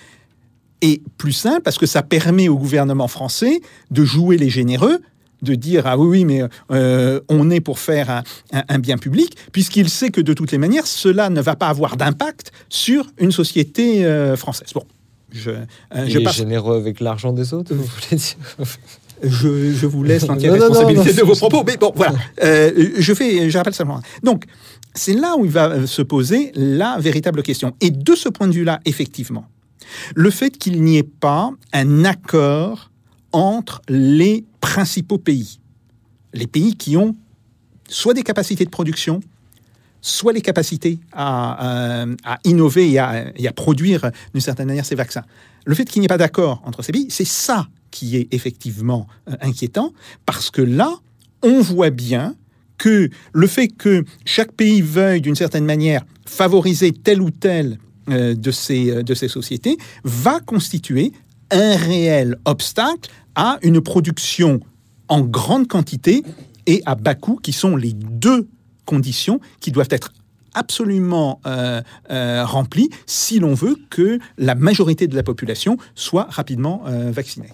[SPEAKER 4] Et plus simple parce que ça permet au gouvernement français de jouer les généreux, de dire « Ah oui, oui, mais euh, on est pour faire un, un, un bien public », puisqu'il sait que de toutes les manières, cela ne va pas avoir d'impact sur une société euh, française. Bon, je, euh,
[SPEAKER 7] il
[SPEAKER 4] je
[SPEAKER 7] est
[SPEAKER 4] passe...
[SPEAKER 7] généreux avec l'argent des autres, vous voulez dire?
[SPEAKER 4] Je, je vous laisse l'entière responsabilité non, non, non, de vos propos, mais bon, voilà. Euh, je fais, je rappelle simplement. Donc, c'est là où il va se poser la véritable question. Et de ce point de vue-là, effectivement, le fait qu'il n'y ait pas un accord entre les principaux pays, les pays qui ont soit des capacités de production, soit les capacités à, à, à innover et à, et à produire d'une certaine manière ces vaccins. Le fait qu'il n'y ait pas d'accord entre ces pays, c'est ça qui est effectivement euh, inquiétant, parce que là, on voit bien que le fait que chaque pays veuille d'une certaine manière favoriser telle ou telle euh, de, ces, de ces sociétés va constituer un réel obstacle à une production en grande quantité et à bas coût, qui sont les deux conditions qui doivent être absolument euh, euh, remplies si l'on veut que la majorité de la population soit rapidement euh, vaccinée.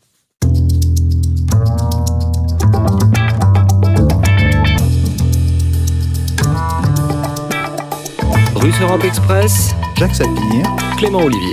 [SPEAKER 7] Russe Europe Express,
[SPEAKER 4] Jacques Sapir,
[SPEAKER 7] Clément Olivier.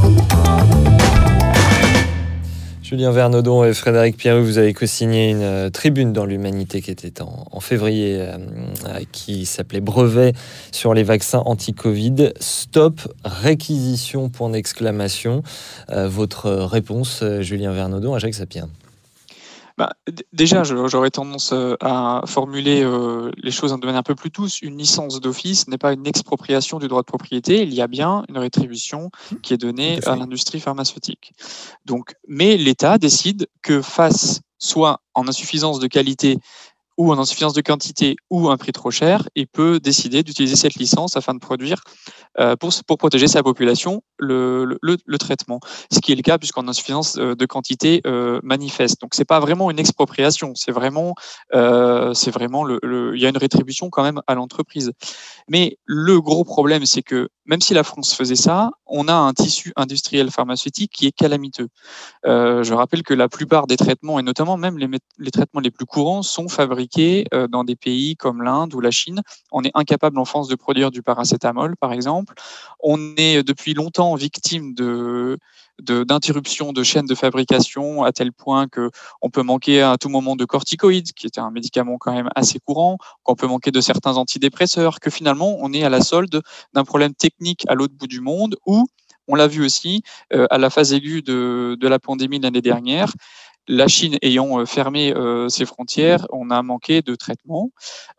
[SPEAKER 7] Julien Vernodon et Frédéric Pierru, vous avez co-signé une euh, tribune dans l'Humanité qui était en, en février, euh, euh, qui s'appelait « Brevet sur les vaccins anti-Covid. Stop, réquisition, point d'exclamation ». Euh, votre réponse, euh, Julien Vernodon, à Jacques Sapir?
[SPEAKER 12] Bah, d- déjà, j'aurais tendance à formuler euh, les choses de manière un peu plus douce. Une licence d'office n'est pas une expropriation du droit de propriété. Il y a bien une rétribution qui est donnée à l'industrie pharmaceutique. Donc, mais l'État décide que face soit en insuffisance de qualité ou en insuffisance de quantité ou un prix trop cher, il peut décider d'utiliser cette licence afin de produire, euh, pour, pour protéger sa population, le, le, le traitement. Ce qui est le cas puisqu'en insuffisance de quantité euh, manifeste. Donc, c'est pas vraiment une expropriation, c'est vraiment, euh, c'est vraiment le, le, il y a une rétribution quand même à l'entreprise. Mais le gros problème, c'est que même si la France faisait ça, on a un tissu industriel pharmaceutique qui est calamiteux. Euh, je rappelle que la plupart des traitements, et notamment même les, les traitements les plus courants, sont fabriqués euh, dans des pays comme l'Inde ou la Chine. On est incapable en France de produire du paracétamol, par exemple. On est depuis longtemps victime de de, d'interruption de chaînes de fabrication à tel point que on peut manquer à tout moment de corticoïdes, qui était un médicament quand même assez courant, qu'on peut manquer de certains antidépresseurs, que finalement on est à la solde d'un problème technique à l'autre bout du monde, où on l'a vu aussi euh, à la phase aiguë de, de la pandémie l'année dernière. La Chine ayant fermé euh, ses frontières, on a manqué de traitements.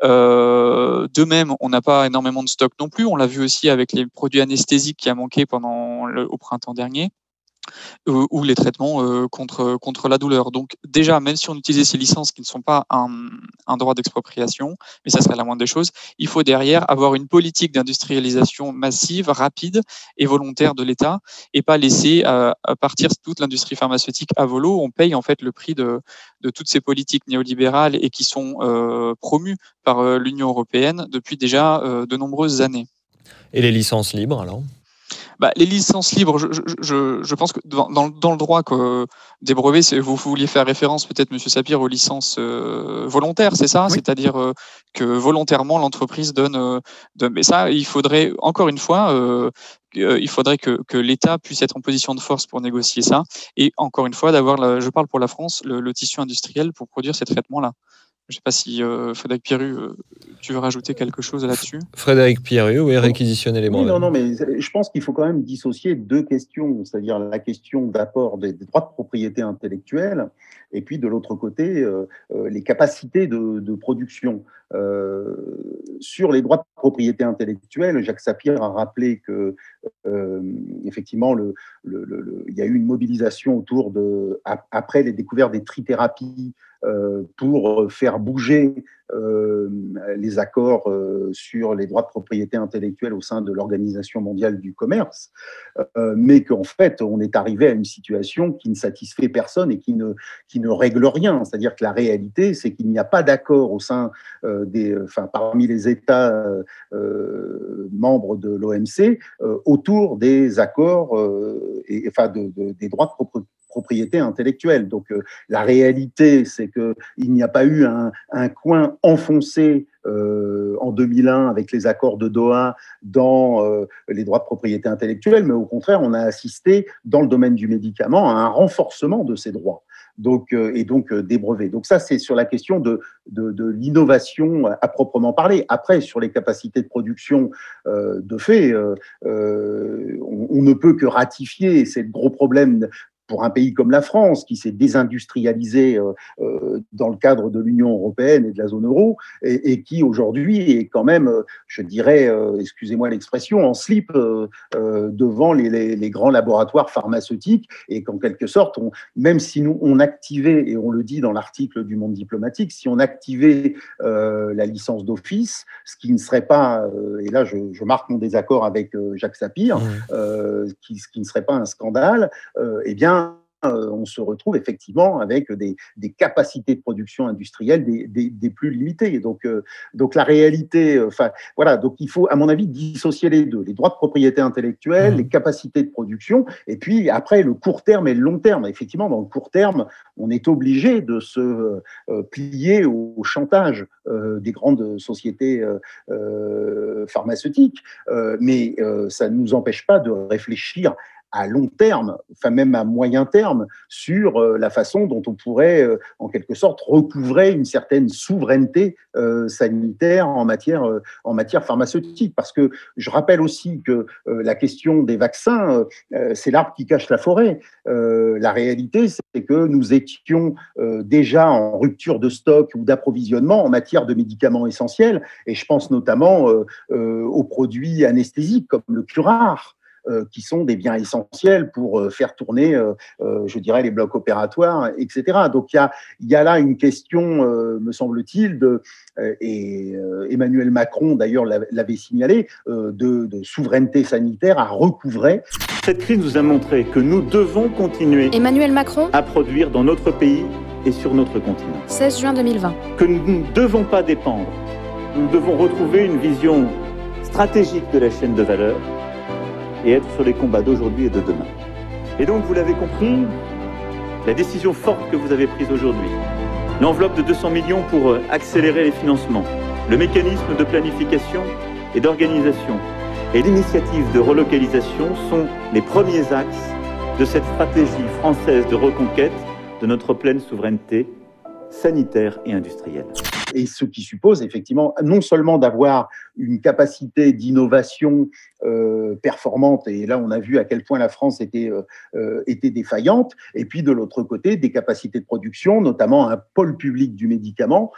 [SPEAKER 12] Euh, de même, on n'a pas énormément de stock non plus. On l'a vu aussi avec les produits anesthésiques qui a manqué pendant le, au printemps dernier, euh, ou les traitements euh, contre contre la douleur. Donc déjà, même si on utilisait ces licences qui ne sont pas un, un droit d'expropriation, mais ça serait la moindre des choses, il faut derrière avoir une politique d'industrialisation massive, rapide et volontaire de l'État, et pas laisser à, à partir toute l'industrie pharmaceutique à volo. On paye en fait le prix de de toutes ces politiques néolibérales et qui sont euh, promues par euh, l'Union européenne depuis déjà euh, de nombreuses années.
[SPEAKER 7] Et les licences libres alors ?
[SPEAKER 12] Bah, les licences libres, je, je, je pense que dans, dans, dans le droit que des brevets, c'est, vous vouliez faire référence peut-être, Monsieur Sapir, aux licences euh, volontaires, c'est ça ? Oui. C'est-à-dire euh, que volontairement l'entreprise donne, euh, donne. Mais ça, il faudrait encore une fois, euh, euh, il faudrait que, que l'État puisse être en position de force pour négocier ça. Et encore une fois, d'avoir, la, je parle pour la France, le, le tissu industriel pour produire ces traitements-là. Je ne sais pas si euh, Frédéric Pierru, euh, tu veux rajouter quelque chose là-dessus ?
[SPEAKER 7] Frédéric Pierru, oui, réquisitionner les brevets.
[SPEAKER 8] Oui, non, non, mais je pense qu'il faut quand même dissocier deux questions, c'est-à-dire la question d'apport des, des droits de propriété intellectuelle, et puis de l'autre côté, euh, euh, les capacités de, de production. Euh, sur les droits de propriété intellectuelle, Jacques Sapir a rappelé que euh, effectivement, le, le, le, le, il y a eu une mobilisation autour de après les découvertes des trithérapies euh, pour faire bouger euh, les accords euh, sur les droits de propriété intellectuelle au sein de l'Organisation mondiale du commerce, euh, mais qu'en fait, on est arrivé à une situation qui ne satisfait personne et qui ne qui ne règle rien. C'est-à-dire que la réalité, c'est qu'il n'y a pas d'accord au sein euh, des, enfin, parmi les États euh, membres de l'O M C euh, autour des accords euh, et enfin de, de, des droits de propriété propriété intellectuelle. Donc euh, la réalité, c'est que il n'y a pas eu un, un coin enfoncé euh, en deux mille un avec les accords de Doha dans euh, les droits de propriété intellectuelle, mais au contraire, on a assisté dans le domaine du médicament à un renforcement de ces droits. Donc, euh, et donc euh, des brevets. Donc ça, c'est sur la question de, de, de l'innovation à proprement parler. Après, sur les capacités de production, euh, de fait, euh, euh, on, on ne peut que ratifier, et c'est le gros problème pour un pays comme la France, qui s'est désindustrialisé euh, euh, dans le cadre de l'Union européenne et de la zone euro, et, et qui aujourd'hui est quand même, euh, je dirais, euh, excusez-moi l'expression, en slip euh, euh, devant les, les, les grands laboratoires pharmaceutiques, et qu'en quelque sorte, on, même si nous on activait, et on le dit dans l'article du Monde diplomatique, si on activait euh, la licence d'office, ce qui ne serait pas, euh, et là je, je marque mon désaccord avec euh, Jacques Sapir, mmh. euh, qui, ce qui ne serait pas un scandale, euh, eh bien Euh, on se retrouve effectivement avec des, des capacités de production industrielle des, des, des plus limitées. Donc, euh, donc la réalité, enfin euh, voilà, donc il faut, à mon avis, dissocier les deux, les droits de propriété intellectuelle, mmh. les capacités de production, et puis après le court terme et le long terme. Effectivement, dans le court terme, on est obligé de se euh, plier au, au chantage euh, des grandes sociétés euh, euh, pharmaceutiques, euh, mais euh, ça ne nous empêche pas de réfléchir à long terme, enfin même à moyen terme, sur euh, la façon dont on pourrait, euh, en quelque sorte, recouvrer une certaine souveraineté euh, sanitaire en matière, euh, en matière pharmaceutique. Parce que je rappelle aussi que euh, la question des vaccins, euh, c'est l'arbre qui cache la forêt. Euh, la réalité, c'est que nous étions euh, déjà en rupture de stock ou d'approvisionnement en matière de médicaments essentiels, et je pense notamment euh, euh, aux produits anesthésiques comme le curare, Euh, qui sont des biens essentiels pour euh, faire tourner, euh, euh, je dirais, les blocs opératoires, et cetera. Donc, il y a, y a là une question, euh, me semble-t-il, de, euh, et euh, Emmanuel Macron, d'ailleurs, l'avait signalé, euh, de, de souveraineté sanitaire à recouvrer.
[SPEAKER 3] Cette crise nous a montré que nous devons continuer
[SPEAKER 10] Emmanuel Macron
[SPEAKER 3] à produire dans notre pays et sur notre continent.
[SPEAKER 10] seize juin deux mille vingt.
[SPEAKER 3] Que nous ne devons pas dépendre. Nous devons retrouver une vision stratégique de la chaîne de valeur et être sur les combats d'aujourd'hui et de demain. Et donc, vous l'avez compris, la décision forte que vous avez prise aujourd'hui, l'enveloppe de deux cents millions pour accélérer les financements, le mécanisme de planification et d'organisation et l'initiative de relocalisation sont les premiers axes de cette stratégie française de reconquête de notre pleine souveraineté sanitaire et industrielle.
[SPEAKER 8] Et ce qui suppose effectivement non seulement d'avoir une capacité d'innovation euh, performante, et là on a vu à quel point la France était, euh, était défaillante, et puis de l'autre côté des capacités de production, notamment un pôle public du médicament,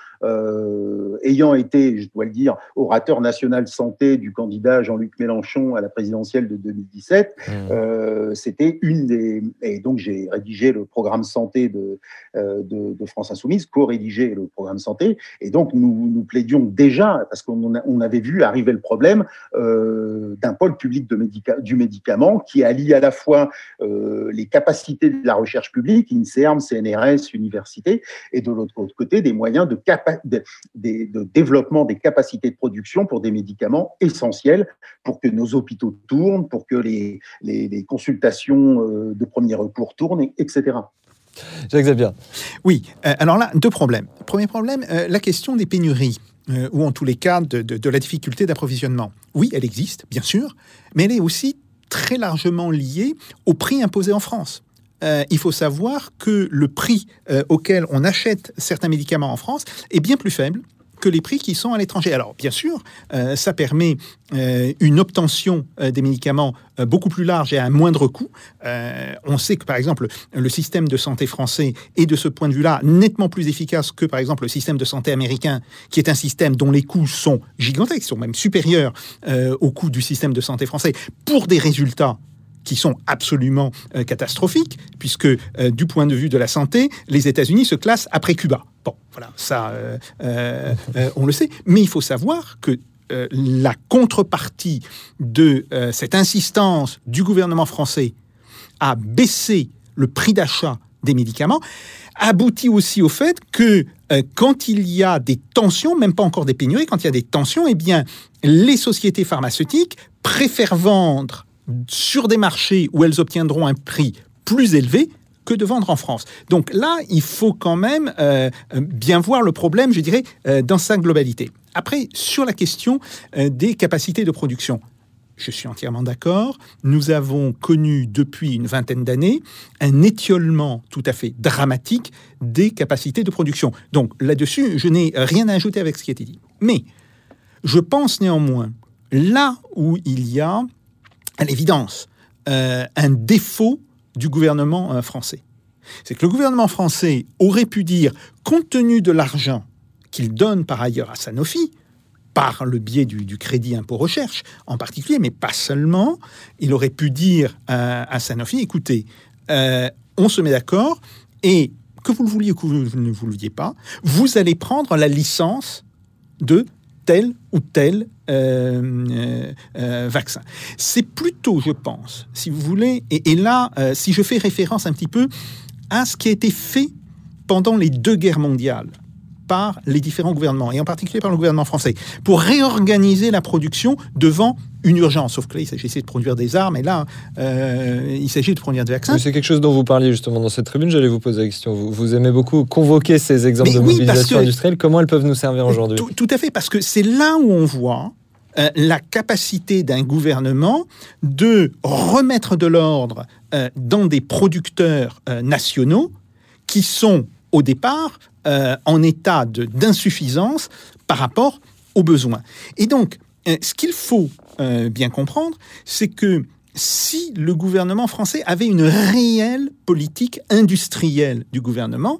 [SPEAKER 8] euh, ayant été, je dois le dire, orateur national santé du candidat Jean-Luc Mélenchon à la présidentielle de deux mille dix-sept, mmh. euh, c'était une des... Et donc j'ai rédigé le programme santé de, euh, de, de France Insoumise, co-rédigé le programme santé, et donc nous, nous plaidions déjà, parce qu'on a, on avait vu arriver le problème euh, d'un pôle public de médica, du médicament qui allie à la fois euh, les capacités de la recherche publique, INSERM, C N R S, universités, et de l'autre côté des moyens de, capa- de, de, de développement des capacités de production pour des médicaments essentiels, pour que nos hôpitaux tournent, pour que les, les, les consultations euh, de premier recours tournent, et cetera.
[SPEAKER 7] Jacques Zapier.
[SPEAKER 4] Oui, euh, alors là, deux problèmes. Premier problème, euh, la question des pénuries, euh, ou en tous les cas de, de, de la difficulté d'approvisionnement. Oui, elle existe, bien sûr, mais elle est aussi très largement liée au prix imposé en France. Euh, il faut savoir que le prix euh, auquel on achète certains médicaments en France est bien plus faible que les prix qui sont à l'étranger. Alors, bien sûr, euh, ça permet euh, une obtention euh, des médicaments euh, beaucoup plus large et à un moindre coût. Euh, on sait que, par exemple, le système de santé français est, de ce point de vue-là, nettement plus efficace que, par exemple, le système de santé américain, qui est un système dont les coûts sont gigantesques, sont même supérieurs euh, aux coûts du système de santé français, pour des résultats qui sont absolument euh, catastrophiques, puisque euh, du point de vue de la santé, les États-Unis se classent après Cuba. Bon, voilà, ça, euh, euh, euh, on le sait. Mais il faut savoir que euh, la contrepartie de euh, cette insistance du gouvernement français à baisser le prix d'achat des médicaments aboutit aussi au fait que euh, quand il y a des tensions, même pas encore des pénuries, quand il y a des tensions, eh bien, les sociétés pharmaceutiques préfèrent vendre sur des marchés où elles obtiendront un prix plus élevé que de vendre en France. Donc là, il faut quand même euh, bien voir le problème, je dirais, euh, dans sa globalité. Après, sur la question euh, des capacités de production, je suis entièrement d'accord. Nous avons connu depuis une vingtaine d'années un étiolement tout à fait dramatique des capacités de production. Donc là-dessus, je n'ai rien à ajouter avec ce qui a été dit. Mais je pense néanmoins, là où il y a à l'évidence, euh, un défaut du gouvernement euh, français. C'est que le gouvernement français aurait pu dire, compte tenu de l'argent qu'il donne par ailleurs à Sanofi, par le biais du, du crédit impôt recherche en particulier, mais pas seulement, il aurait pu dire euh, à Sanofi, écoutez, euh, on se met d'accord, et que vous le vouliez ou que vous ne vous le vouliez pas, vous allez prendre la licence de tel ou tel euh, euh, euh, vaccin. C'est plutôt, je pense, si vous voulez, et, et là, euh, si je fais référence un petit peu à ce qui a été fait pendant les deux guerres mondiales par les différents gouvernements, et en particulier par le gouvernement français, pour réorganiser la production devant une urgence. Sauf que là, il s'agissait de produire des armes, et là, euh, il s'agit de produire des vaccins.
[SPEAKER 7] Mais c'est quelque chose dont vous parliez justement dans cette tribune. J'allais vous poser la question. Vous, vous aimez beaucoup convoquer ces exemples Mais de oui, mobilisation que, industrielle. Comment elles peuvent nous servir aujourd'hui ?
[SPEAKER 4] tout, tout à fait, parce que c'est là où on voit euh, la capacité d'un gouvernement de remettre de l'ordre euh, dans des producteurs euh, nationaux qui sont, au départ, euh, en état de, d'insuffisance par rapport aux besoins. Et donc, euh, ce qu'il faut euh, bien comprendre, c'est que si le gouvernement français avait une réelle politique industrielle du gouvernement,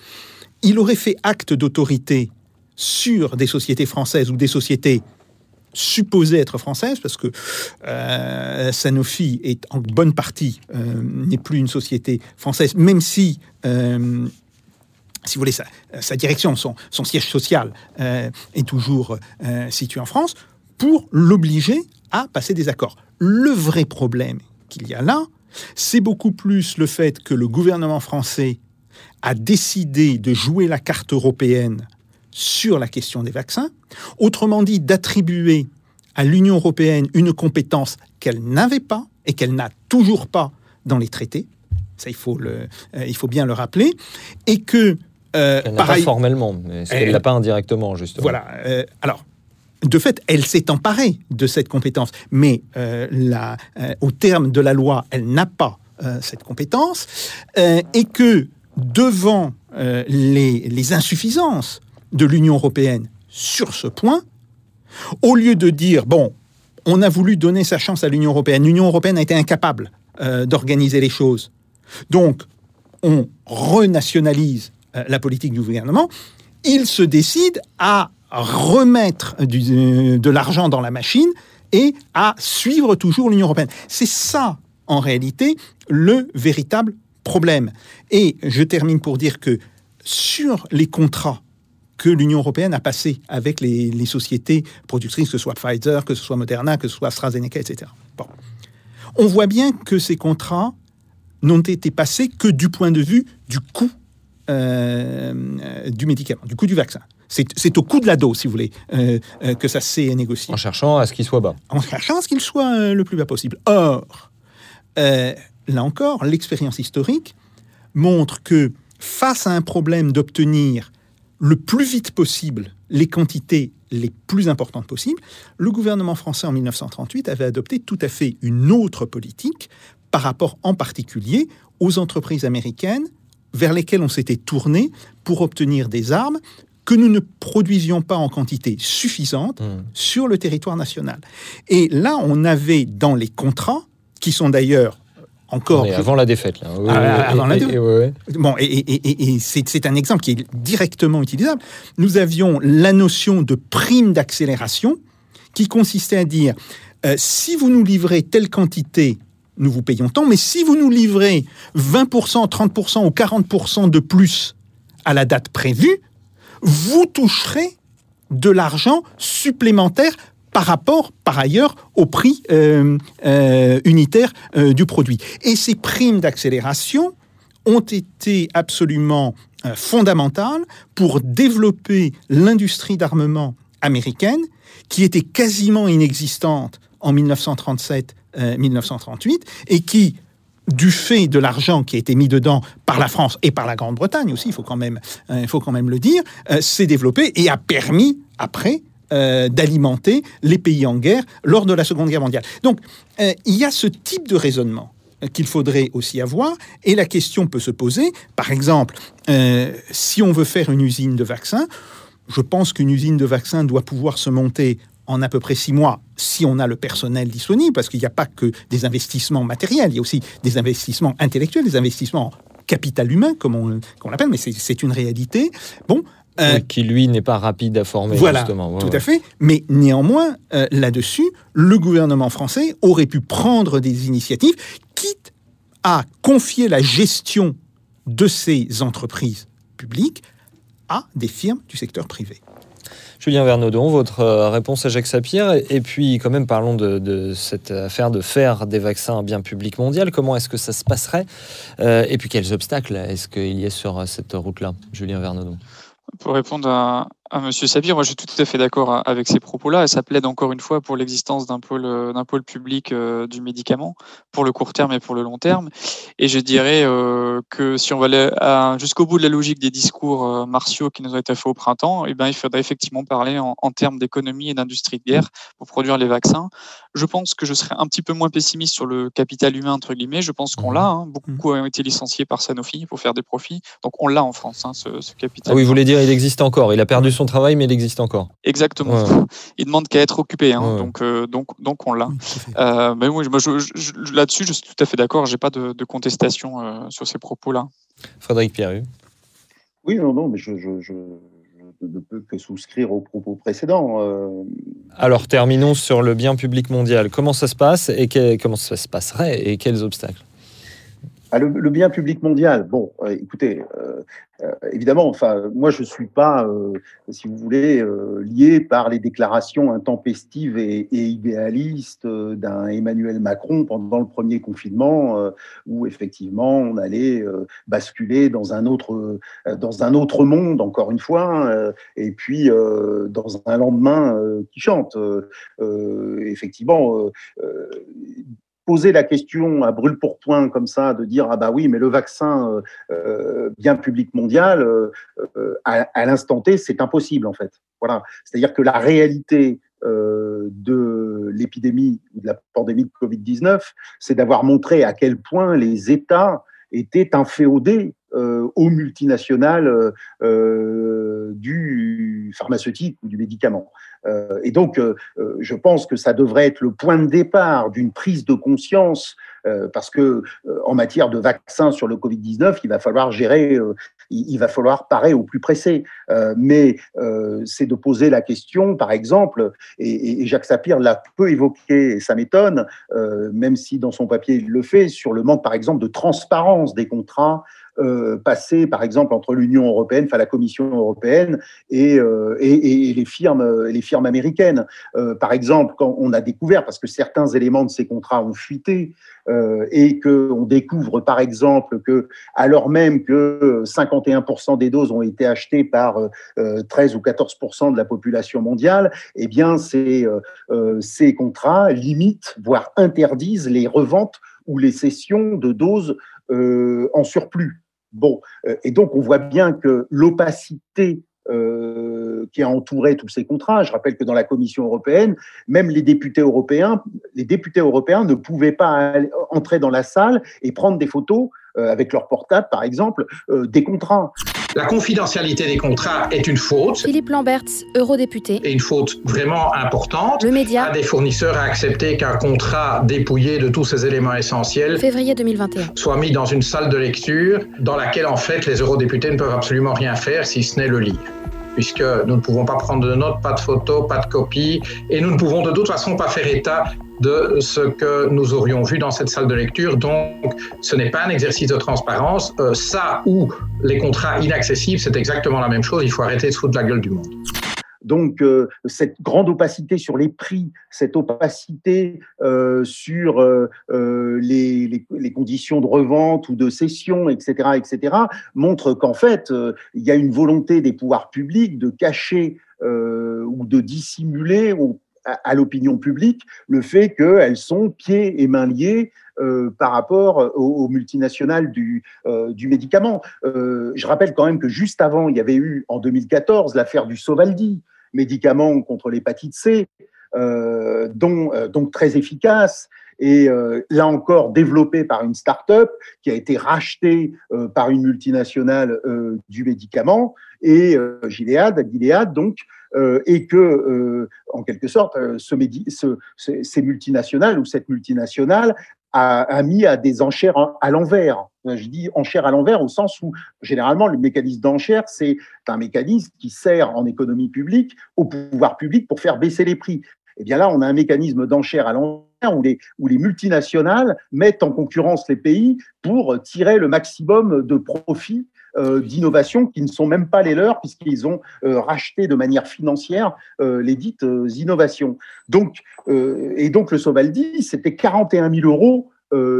[SPEAKER 4] il aurait fait acte d'autorité sur des sociétés françaises ou des sociétés supposées être françaises, parce que euh, Sanofi est en bonne partie euh, n'est plus une société française, même si euh, si vous voulez, sa, sa direction, son, son siège social euh, est toujours euh, situé en France, pour l'obliger à passer des accords. Le vrai problème qu'il y a là, c'est beaucoup plus le fait que le gouvernement français a décidé de jouer la carte européenne sur la question des vaccins, autrement dit d'attribuer à l'Union européenne une compétence qu'elle n'avait pas et qu'elle n'a toujours pas dans les traités. Ça, il faut, le, euh, il faut bien le rappeler. Et que...
[SPEAKER 7] Euh, elle n'a pareil, pas formellement, mais elle ne l'a pas indirectement, justement.
[SPEAKER 4] Voilà. Euh, alors, de fait, elle s'est emparée de cette compétence, mais euh, la, euh, au terme de la loi, elle n'a pas euh, cette compétence, euh, et que devant euh, les, les insuffisances de l'Union européenne sur ce point, au lieu de dire, bon, on a voulu donner sa chance à l'Union européenne, l'Union européenne a été incapable euh, d'organiser les choses, donc on renationalise euh, la politique du gouvernement, il se décide à remettre du, de l'argent dans la machine et à suivre toujours l'Union européenne. C'est ça, en réalité, le véritable problème. Et je termine pour dire que sur les contrats que l'Union européenne a passés avec les, les sociétés productrices, que ce soit Pfizer, que ce soit Moderna, que ce soit AstraZeneca, et cetera. Bon. On voit bien que ces contrats n'ont été passés que du point de vue du coût euh, du médicament, du coût du vaccin. C'est, c'est au coût de la dose, si vous voulez, euh, euh, que ça s'est négocié.
[SPEAKER 7] En cherchant à ce qu'il soit bas.
[SPEAKER 4] En cherchant à ce qu'il soit euh, le plus bas possible. Or, euh, là encore, l'expérience historique montre que face à un problème d'obtenir le plus vite possible les quantités les plus importantes possibles, le gouvernement français en dix-neuf cent trente-huit avait adopté tout à fait une autre politique par rapport en particulier aux entreprises américaines vers lesquelles on s'était tourné pour obtenir des armes que nous ne produisions pas en quantité suffisante mmh. sur le territoire national. Et là, on avait dans les contrats, qui sont d'ailleurs encore...
[SPEAKER 7] Mais avant la défaite, là. Oui,
[SPEAKER 4] ah,
[SPEAKER 7] oui,
[SPEAKER 4] avant
[SPEAKER 7] et,
[SPEAKER 4] la défaite.
[SPEAKER 7] Et, et, ouais.
[SPEAKER 4] Bon, et, et, et, et c'est, c'est un exemple qui est directement utilisable. Nous avions la notion de prime d'accélération qui consistait à dire, euh, si vous nous livrez telle quantité, nous vous payons tant, mais si vous nous livrez vingt pour cent, trente pour cent ou quarante pour cent de plus à la date prévue, vous toucherez de l'argent supplémentaire par rapport, par ailleurs, au prix euh, euh, unitaire euh, du produit. Et ces primes d'accélération ont été absolument euh, fondamentales pour développer l'industrie d'armement américaine, qui était quasiment inexistante en dix-neuf cent trente-sept dix-neuf cent trente-huit, et qui, du fait de l'argent qui a été mis dedans par la France et par la Grande-Bretagne aussi, il faut quand même, euh, il faut quand même le dire, euh, s'est développé et a permis, après, euh, d'alimenter les pays en guerre lors de la Seconde Guerre mondiale. Donc, euh, il y a ce type de raisonnement qu'il faudrait aussi avoir, et la question peut se poser, par exemple, euh, si on veut faire une usine de vaccins, je pense qu'une usine de vaccins doit pouvoir se monter en à peu près six mois, si on a le personnel disponible, parce qu'il n'y a pas que des investissements matériels, il y a aussi des investissements intellectuels, des investissements en capital humain, comme on, comme on l'appelle, mais c'est, c'est une réalité. Bon,
[SPEAKER 7] euh, oui, qui, lui, n'est pas rapide à former,
[SPEAKER 4] voilà,
[SPEAKER 7] justement. Ouais,
[SPEAKER 4] tout
[SPEAKER 7] ouais.
[SPEAKER 4] à fait. Mais néanmoins, euh, là-dessus, le gouvernement français aurait pu prendre des initiatives, quitte à confier la gestion de ces entreprises publiques à des firmes du secteur privé.
[SPEAKER 7] Julien Vernaudon, votre réponse à Jacques Sapir, et puis quand même parlons de, de cette affaire de faire des vaccins un bien public mondial. Comment est-ce que ça se passerait euh, et puis quels obstacles est-ce qu'il y a sur cette route-là, Julien Vernaudon?
[SPEAKER 12] Pour répondre à, à M. Sapir, moi je suis tout à fait d'accord avec ces propos-là, et ça plaide encore une fois pour l'existence d'un pôle, d'un pôle public euh, du médicament, pour le court terme et pour le long terme. Et je dirais euh, que si on va aller à, jusqu'au bout de la logique des discours euh, martiaux qui nous ont été faits au printemps, eh bien, il faudrait effectivement parler en, en termes d'économie et d'industrie de guerre pour produire les vaccins. Je pense que je serais un petit peu moins pessimiste sur le capital humain, entre guillemets. Je pense qu'on l'a. Hein. Beaucoup ont été licenciés par Sanofi pour faire des profits. Donc on l'a en France, hein, ce, ce capital.
[SPEAKER 7] Ah oui, vous voulez dire il existe encore. Il a perdu son travail, mais il existe encore.
[SPEAKER 12] Exactement. Ouais. Il demande qu'à être occupé. Hein. Ouais. Donc, euh, donc, donc on l'a. Euh, mais oui, moi, je, je, là-dessus, je suis tout à fait d'accord. Je n'ai pas de, de contestation euh, sur ces propos-là.
[SPEAKER 7] Frédéric Pierru.
[SPEAKER 8] Oui, non, non, mais je... je, je... ne peut que souscrire aux propos précédents. Euh...
[SPEAKER 7] Alors, terminons sur le bien public mondial. Comment ça se passe et que, comment ça se passerait et quels obstacles?
[SPEAKER 8] Ah, le, le bien public mondial, bon, euh, écoutez, euh, euh, évidemment, enfin, moi je ne suis pas, euh, si vous voulez, euh, lié par les déclarations intempestives et, et idéalistes euh, d'un Emmanuel Macron pendant le premier confinement, euh, où effectivement on allait euh, basculer dans un autre, euh, dans un autre monde, encore une fois, euh, et puis euh, dans un lendemain euh, qui chante. Euh, euh, effectivement, euh, euh, poser la question à brûle-pourpoint comme ça, de dire ah bah oui, mais le vaccin euh, bien public mondial, euh, à, à l'instant T, c'est impossible en fait. Voilà, c'est-à-dire que la réalité euh, de l'épidémie ou de la pandémie de covid dix-neuf, c'est d'avoir montré à quel point les États étaient inféodés euh, aux multinationales euh, du pharmaceutique ou du médicament. Euh, et donc, euh, je pense que ça devrait être le point de départ d'une prise de conscience, euh, parce que euh, en matière de vaccins sur le covid dix-neuf, il va falloir gérer, euh, il, il va falloir parer au plus pressé. Euh, mais euh, c'est de poser la question, par exemple, et, et Jacques Sapir l'a peu évoqué, et ça m'étonne, euh, même si dans son papier il le fait, sur le manque, par exemple, de transparence des contrats Euh, passé, par exemple, entre l'Union européenne, enfin la Commission européenne et, euh, et, et les firmes, les firmes américaines. Euh, par exemple, quand on a découvert, parce que certains éléments de ces contrats ont fuité, euh, et qu'on découvre, par exemple, que, alors même que cinquante et un pour cent des doses ont été achetées par euh, treize ou quatorze pour cent de la population mondiale, eh bien, ces, euh, ces contrats limitent, voire interdisent les reventes ou les cessions de doses euh, en surplus. Bon, et donc on voit bien que l'opacité euh, qui a entouré tous ces contrats, je rappelle que dans la Commission européenne, même les députés européens, les députés européens ne pouvaient pas aller, entrer dans la salle et prendre des photos euh, avec leur portable, par exemple, euh, des contrats.
[SPEAKER 15] La confidentialité des contrats est une faute.
[SPEAKER 10] Philippe Lamberts, eurodéputé.
[SPEAKER 15] Et une faute vraiment importante.
[SPEAKER 10] Le média.
[SPEAKER 15] Un des fournisseurs a accepté qu'un contrat dépouillé de tous ses éléments essentiels,
[SPEAKER 10] février deux mille vingt et un,
[SPEAKER 15] soit mis dans une salle de lecture dans laquelle, en fait, les eurodéputés ne peuvent absolument rien faire si ce n'est le lire. Puisque nous ne pouvons pas prendre de notes, pas de photos, pas de copies, et nous ne pouvons de toute façon pas faire état de ce que nous aurions vu dans cette salle de lecture. Donc, ce n'est pas un exercice de transparence. Euh, ça ou les contrats inaccessibles, c'est exactement la même chose. Il faut arrêter de se foutre de la gueule du monde.
[SPEAKER 8] Donc, euh, cette grande opacité sur les prix, cette opacité euh, sur euh, les, les, les conditions de revente ou de cession, et cetera, et cetera, montre qu'en fait, euh, il y a une volonté des pouvoirs publics de cacher euh, ou de dissimuler au à l'opinion publique le fait qu'elles sont pieds et mains liés euh, par rapport aux, aux multinationales du, euh, du médicament. Euh, je rappelle quand même que juste avant, il y avait eu en deux mille quatorze l'affaire du Sovaldi, médicament contre l'hépatite C, euh, dont, euh, donc très efficace, et euh, là encore développé par une start-up qui a été rachetée euh, par une multinationale euh, du médicament, et euh, Gilead, Gilead donc, euh, et que, euh, en quelque sorte, euh, ce médi- ce, ce, ces multinationales ou cette multinationale a, a mis à des enchères à l'envers. Je dis enchères à l'envers au sens où, généralement, le mécanisme d'enchère, c'est un mécanisme qui sert en économie publique au pouvoir public pour faire baisser les prix. Eh bien là, on a un mécanisme d'enchère à l'envers où les, où les multinationales mettent en concurrence les pays pour tirer le maximum de profits euh, d'innovation qui ne sont même pas les leurs puisqu'ils ont euh, racheté de manière financière euh, les dites euh, innovations. Donc, euh, et donc le Sovaldi, c'était quarante et un mille euros,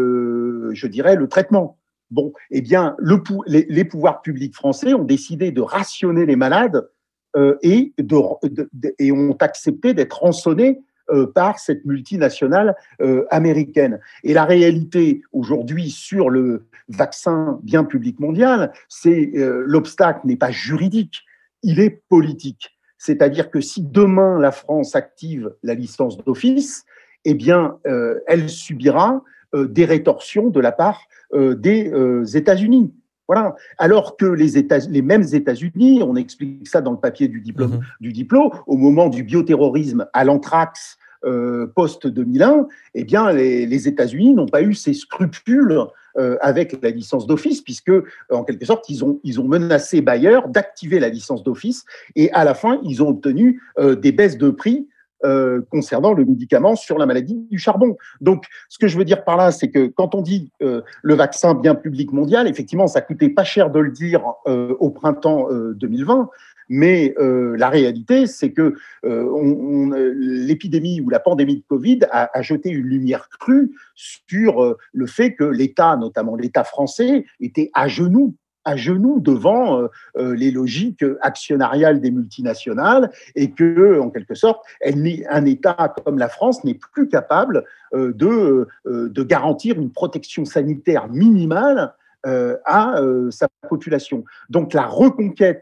[SPEAKER 8] euh, je dirais, le traitement. Bon, eh bien, le, les, les pouvoirs publics français ont décidé de rationner les malades euh, et, de, de, de, et ont accepté d'être rançonnés Euh, par cette multinationale euh, américaine. Et la réalité aujourd'hui sur le vaccin bien public mondial, c'est euh, l'obstacle n'est pas juridique, il est politique. C'est-à-dire que si demain la France active la licence d'office, eh bien, euh, elle subira euh, des rétorsions de la part euh, des euh, États-Unis. Voilà. Alors que les, États, les mêmes États-Unis, on explique ça dans le papier du diplôme, mmh. du diplôme, au moment du bioterrorisme à l'anthrax euh, post deux mille un, eh bien, les, les États-Unis n'ont pas eu ces scrupules euh, avec la licence d'office, puisque, en quelque sorte, ils ont, ils ont menacé Bayer d'activer la licence d'office, et à la fin, ils ont obtenu euh, des baisses de prix Euh, concernant le médicament sur la maladie du charbon. Donc, ce que je veux dire par là, c'est que quand on dit euh, le vaccin bien public mondial, effectivement, ça coûtait pas cher de le dire euh, au printemps euh, deux mille vingt, mais euh, la réalité, c'est que euh, on, on, l'épidémie ou la pandémie de Covid a, a jeté une lumière crue sur euh, le fait que l'État, notamment l'État français, était à genoux à genoux devant euh, euh, les logiques actionnariales des multinationales et que, en quelque sorte, elle n'est, un État comme la France n'est plus capable euh, de, euh, de garantir une protection sanitaire minimale euh, à euh, sa population. Donc, la reconquête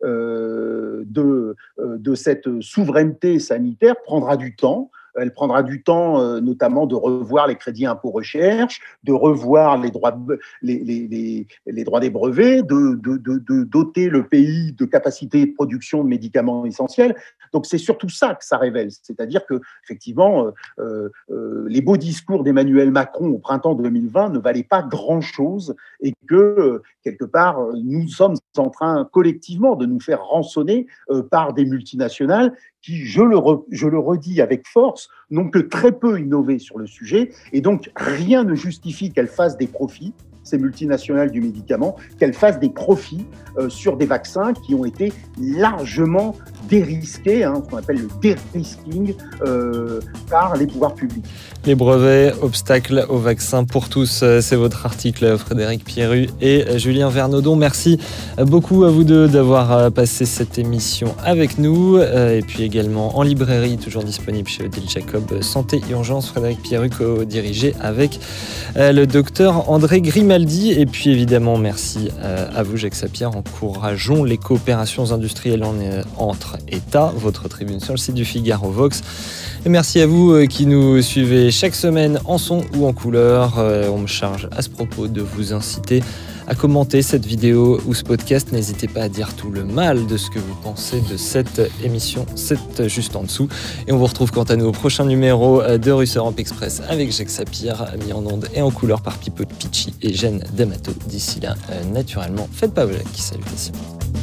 [SPEAKER 8] euh, de, de cette souveraineté sanitaire prendra du temps. Elle prendra du temps, euh, notamment, de revoir les crédits impôt recherche, de revoir les droits, les, les, les, les droits des brevets, de, de, de, de doter le pays de capacités de production de médicaments essentiels. Donc, c'est surtout ça que ça révèle. C'est-à-dire que, effectivement, euh, euh, les beaux discours d'Emmanuel Macron au printemps deux mille vingt ne valaient pas grand-chose et que, euh, quelque part, nous sommes en train collectivement de nous faire rançonner euh, par des multinationales qui, je le, re, je le redis avec force, n'ont que très peu innové sur le sujet, et donc rien ne justifie qu'elles fassent des profits, ces multinationales du médicament, qu'elles fassent des profits euh, sur des vaccins qui ont été largement dérisqués, hein, ce qu'on appelle le dérisking, euh, par les pouvoirs publics.
[SPEAKER 7] Les brevets, obstacles au vaccin pour tous, c'est votre article, Frédéric Pierru et Julien Vernodon. Merci beaucoup à vous deux d'avoir passé cette émission avec nous, et puis également en librairie, toujours disponible chez Odile Jacob, Santé Urgence, Frédéric Pierru, co-dirigé avec le docteur André Grimaldi. Et puis évidemment, merci à vous, Jacques Sapir. Encourageons les coopérations industrielles entre États. Votre tribune sur le site du Figaro Vox. Et merci à vous qui nous suivez chaque semaine en son ou en couleur. On me charge à ce propos de vous inciter à commenter cette vidéo ou ce podcast. N'hésitez pas à dire tout le mal de ce que vous pensez de cette émission. C'est juste en dessous. Et on vous retrouve quant à nous au prochain numéro de Russe Europe Express avec Jacques Sapir, mis en ondes et en couleur par Pipo de Picci et Jeanne D'Amato. D'ici là, naturellement, faites pas vos qui salutations.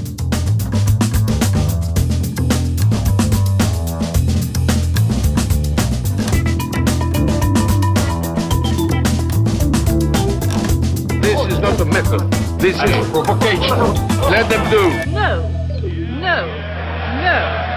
[SPEAKER 1] Not a method. This is provocation. Let them do.
[SPEAKER 16] No, no, no.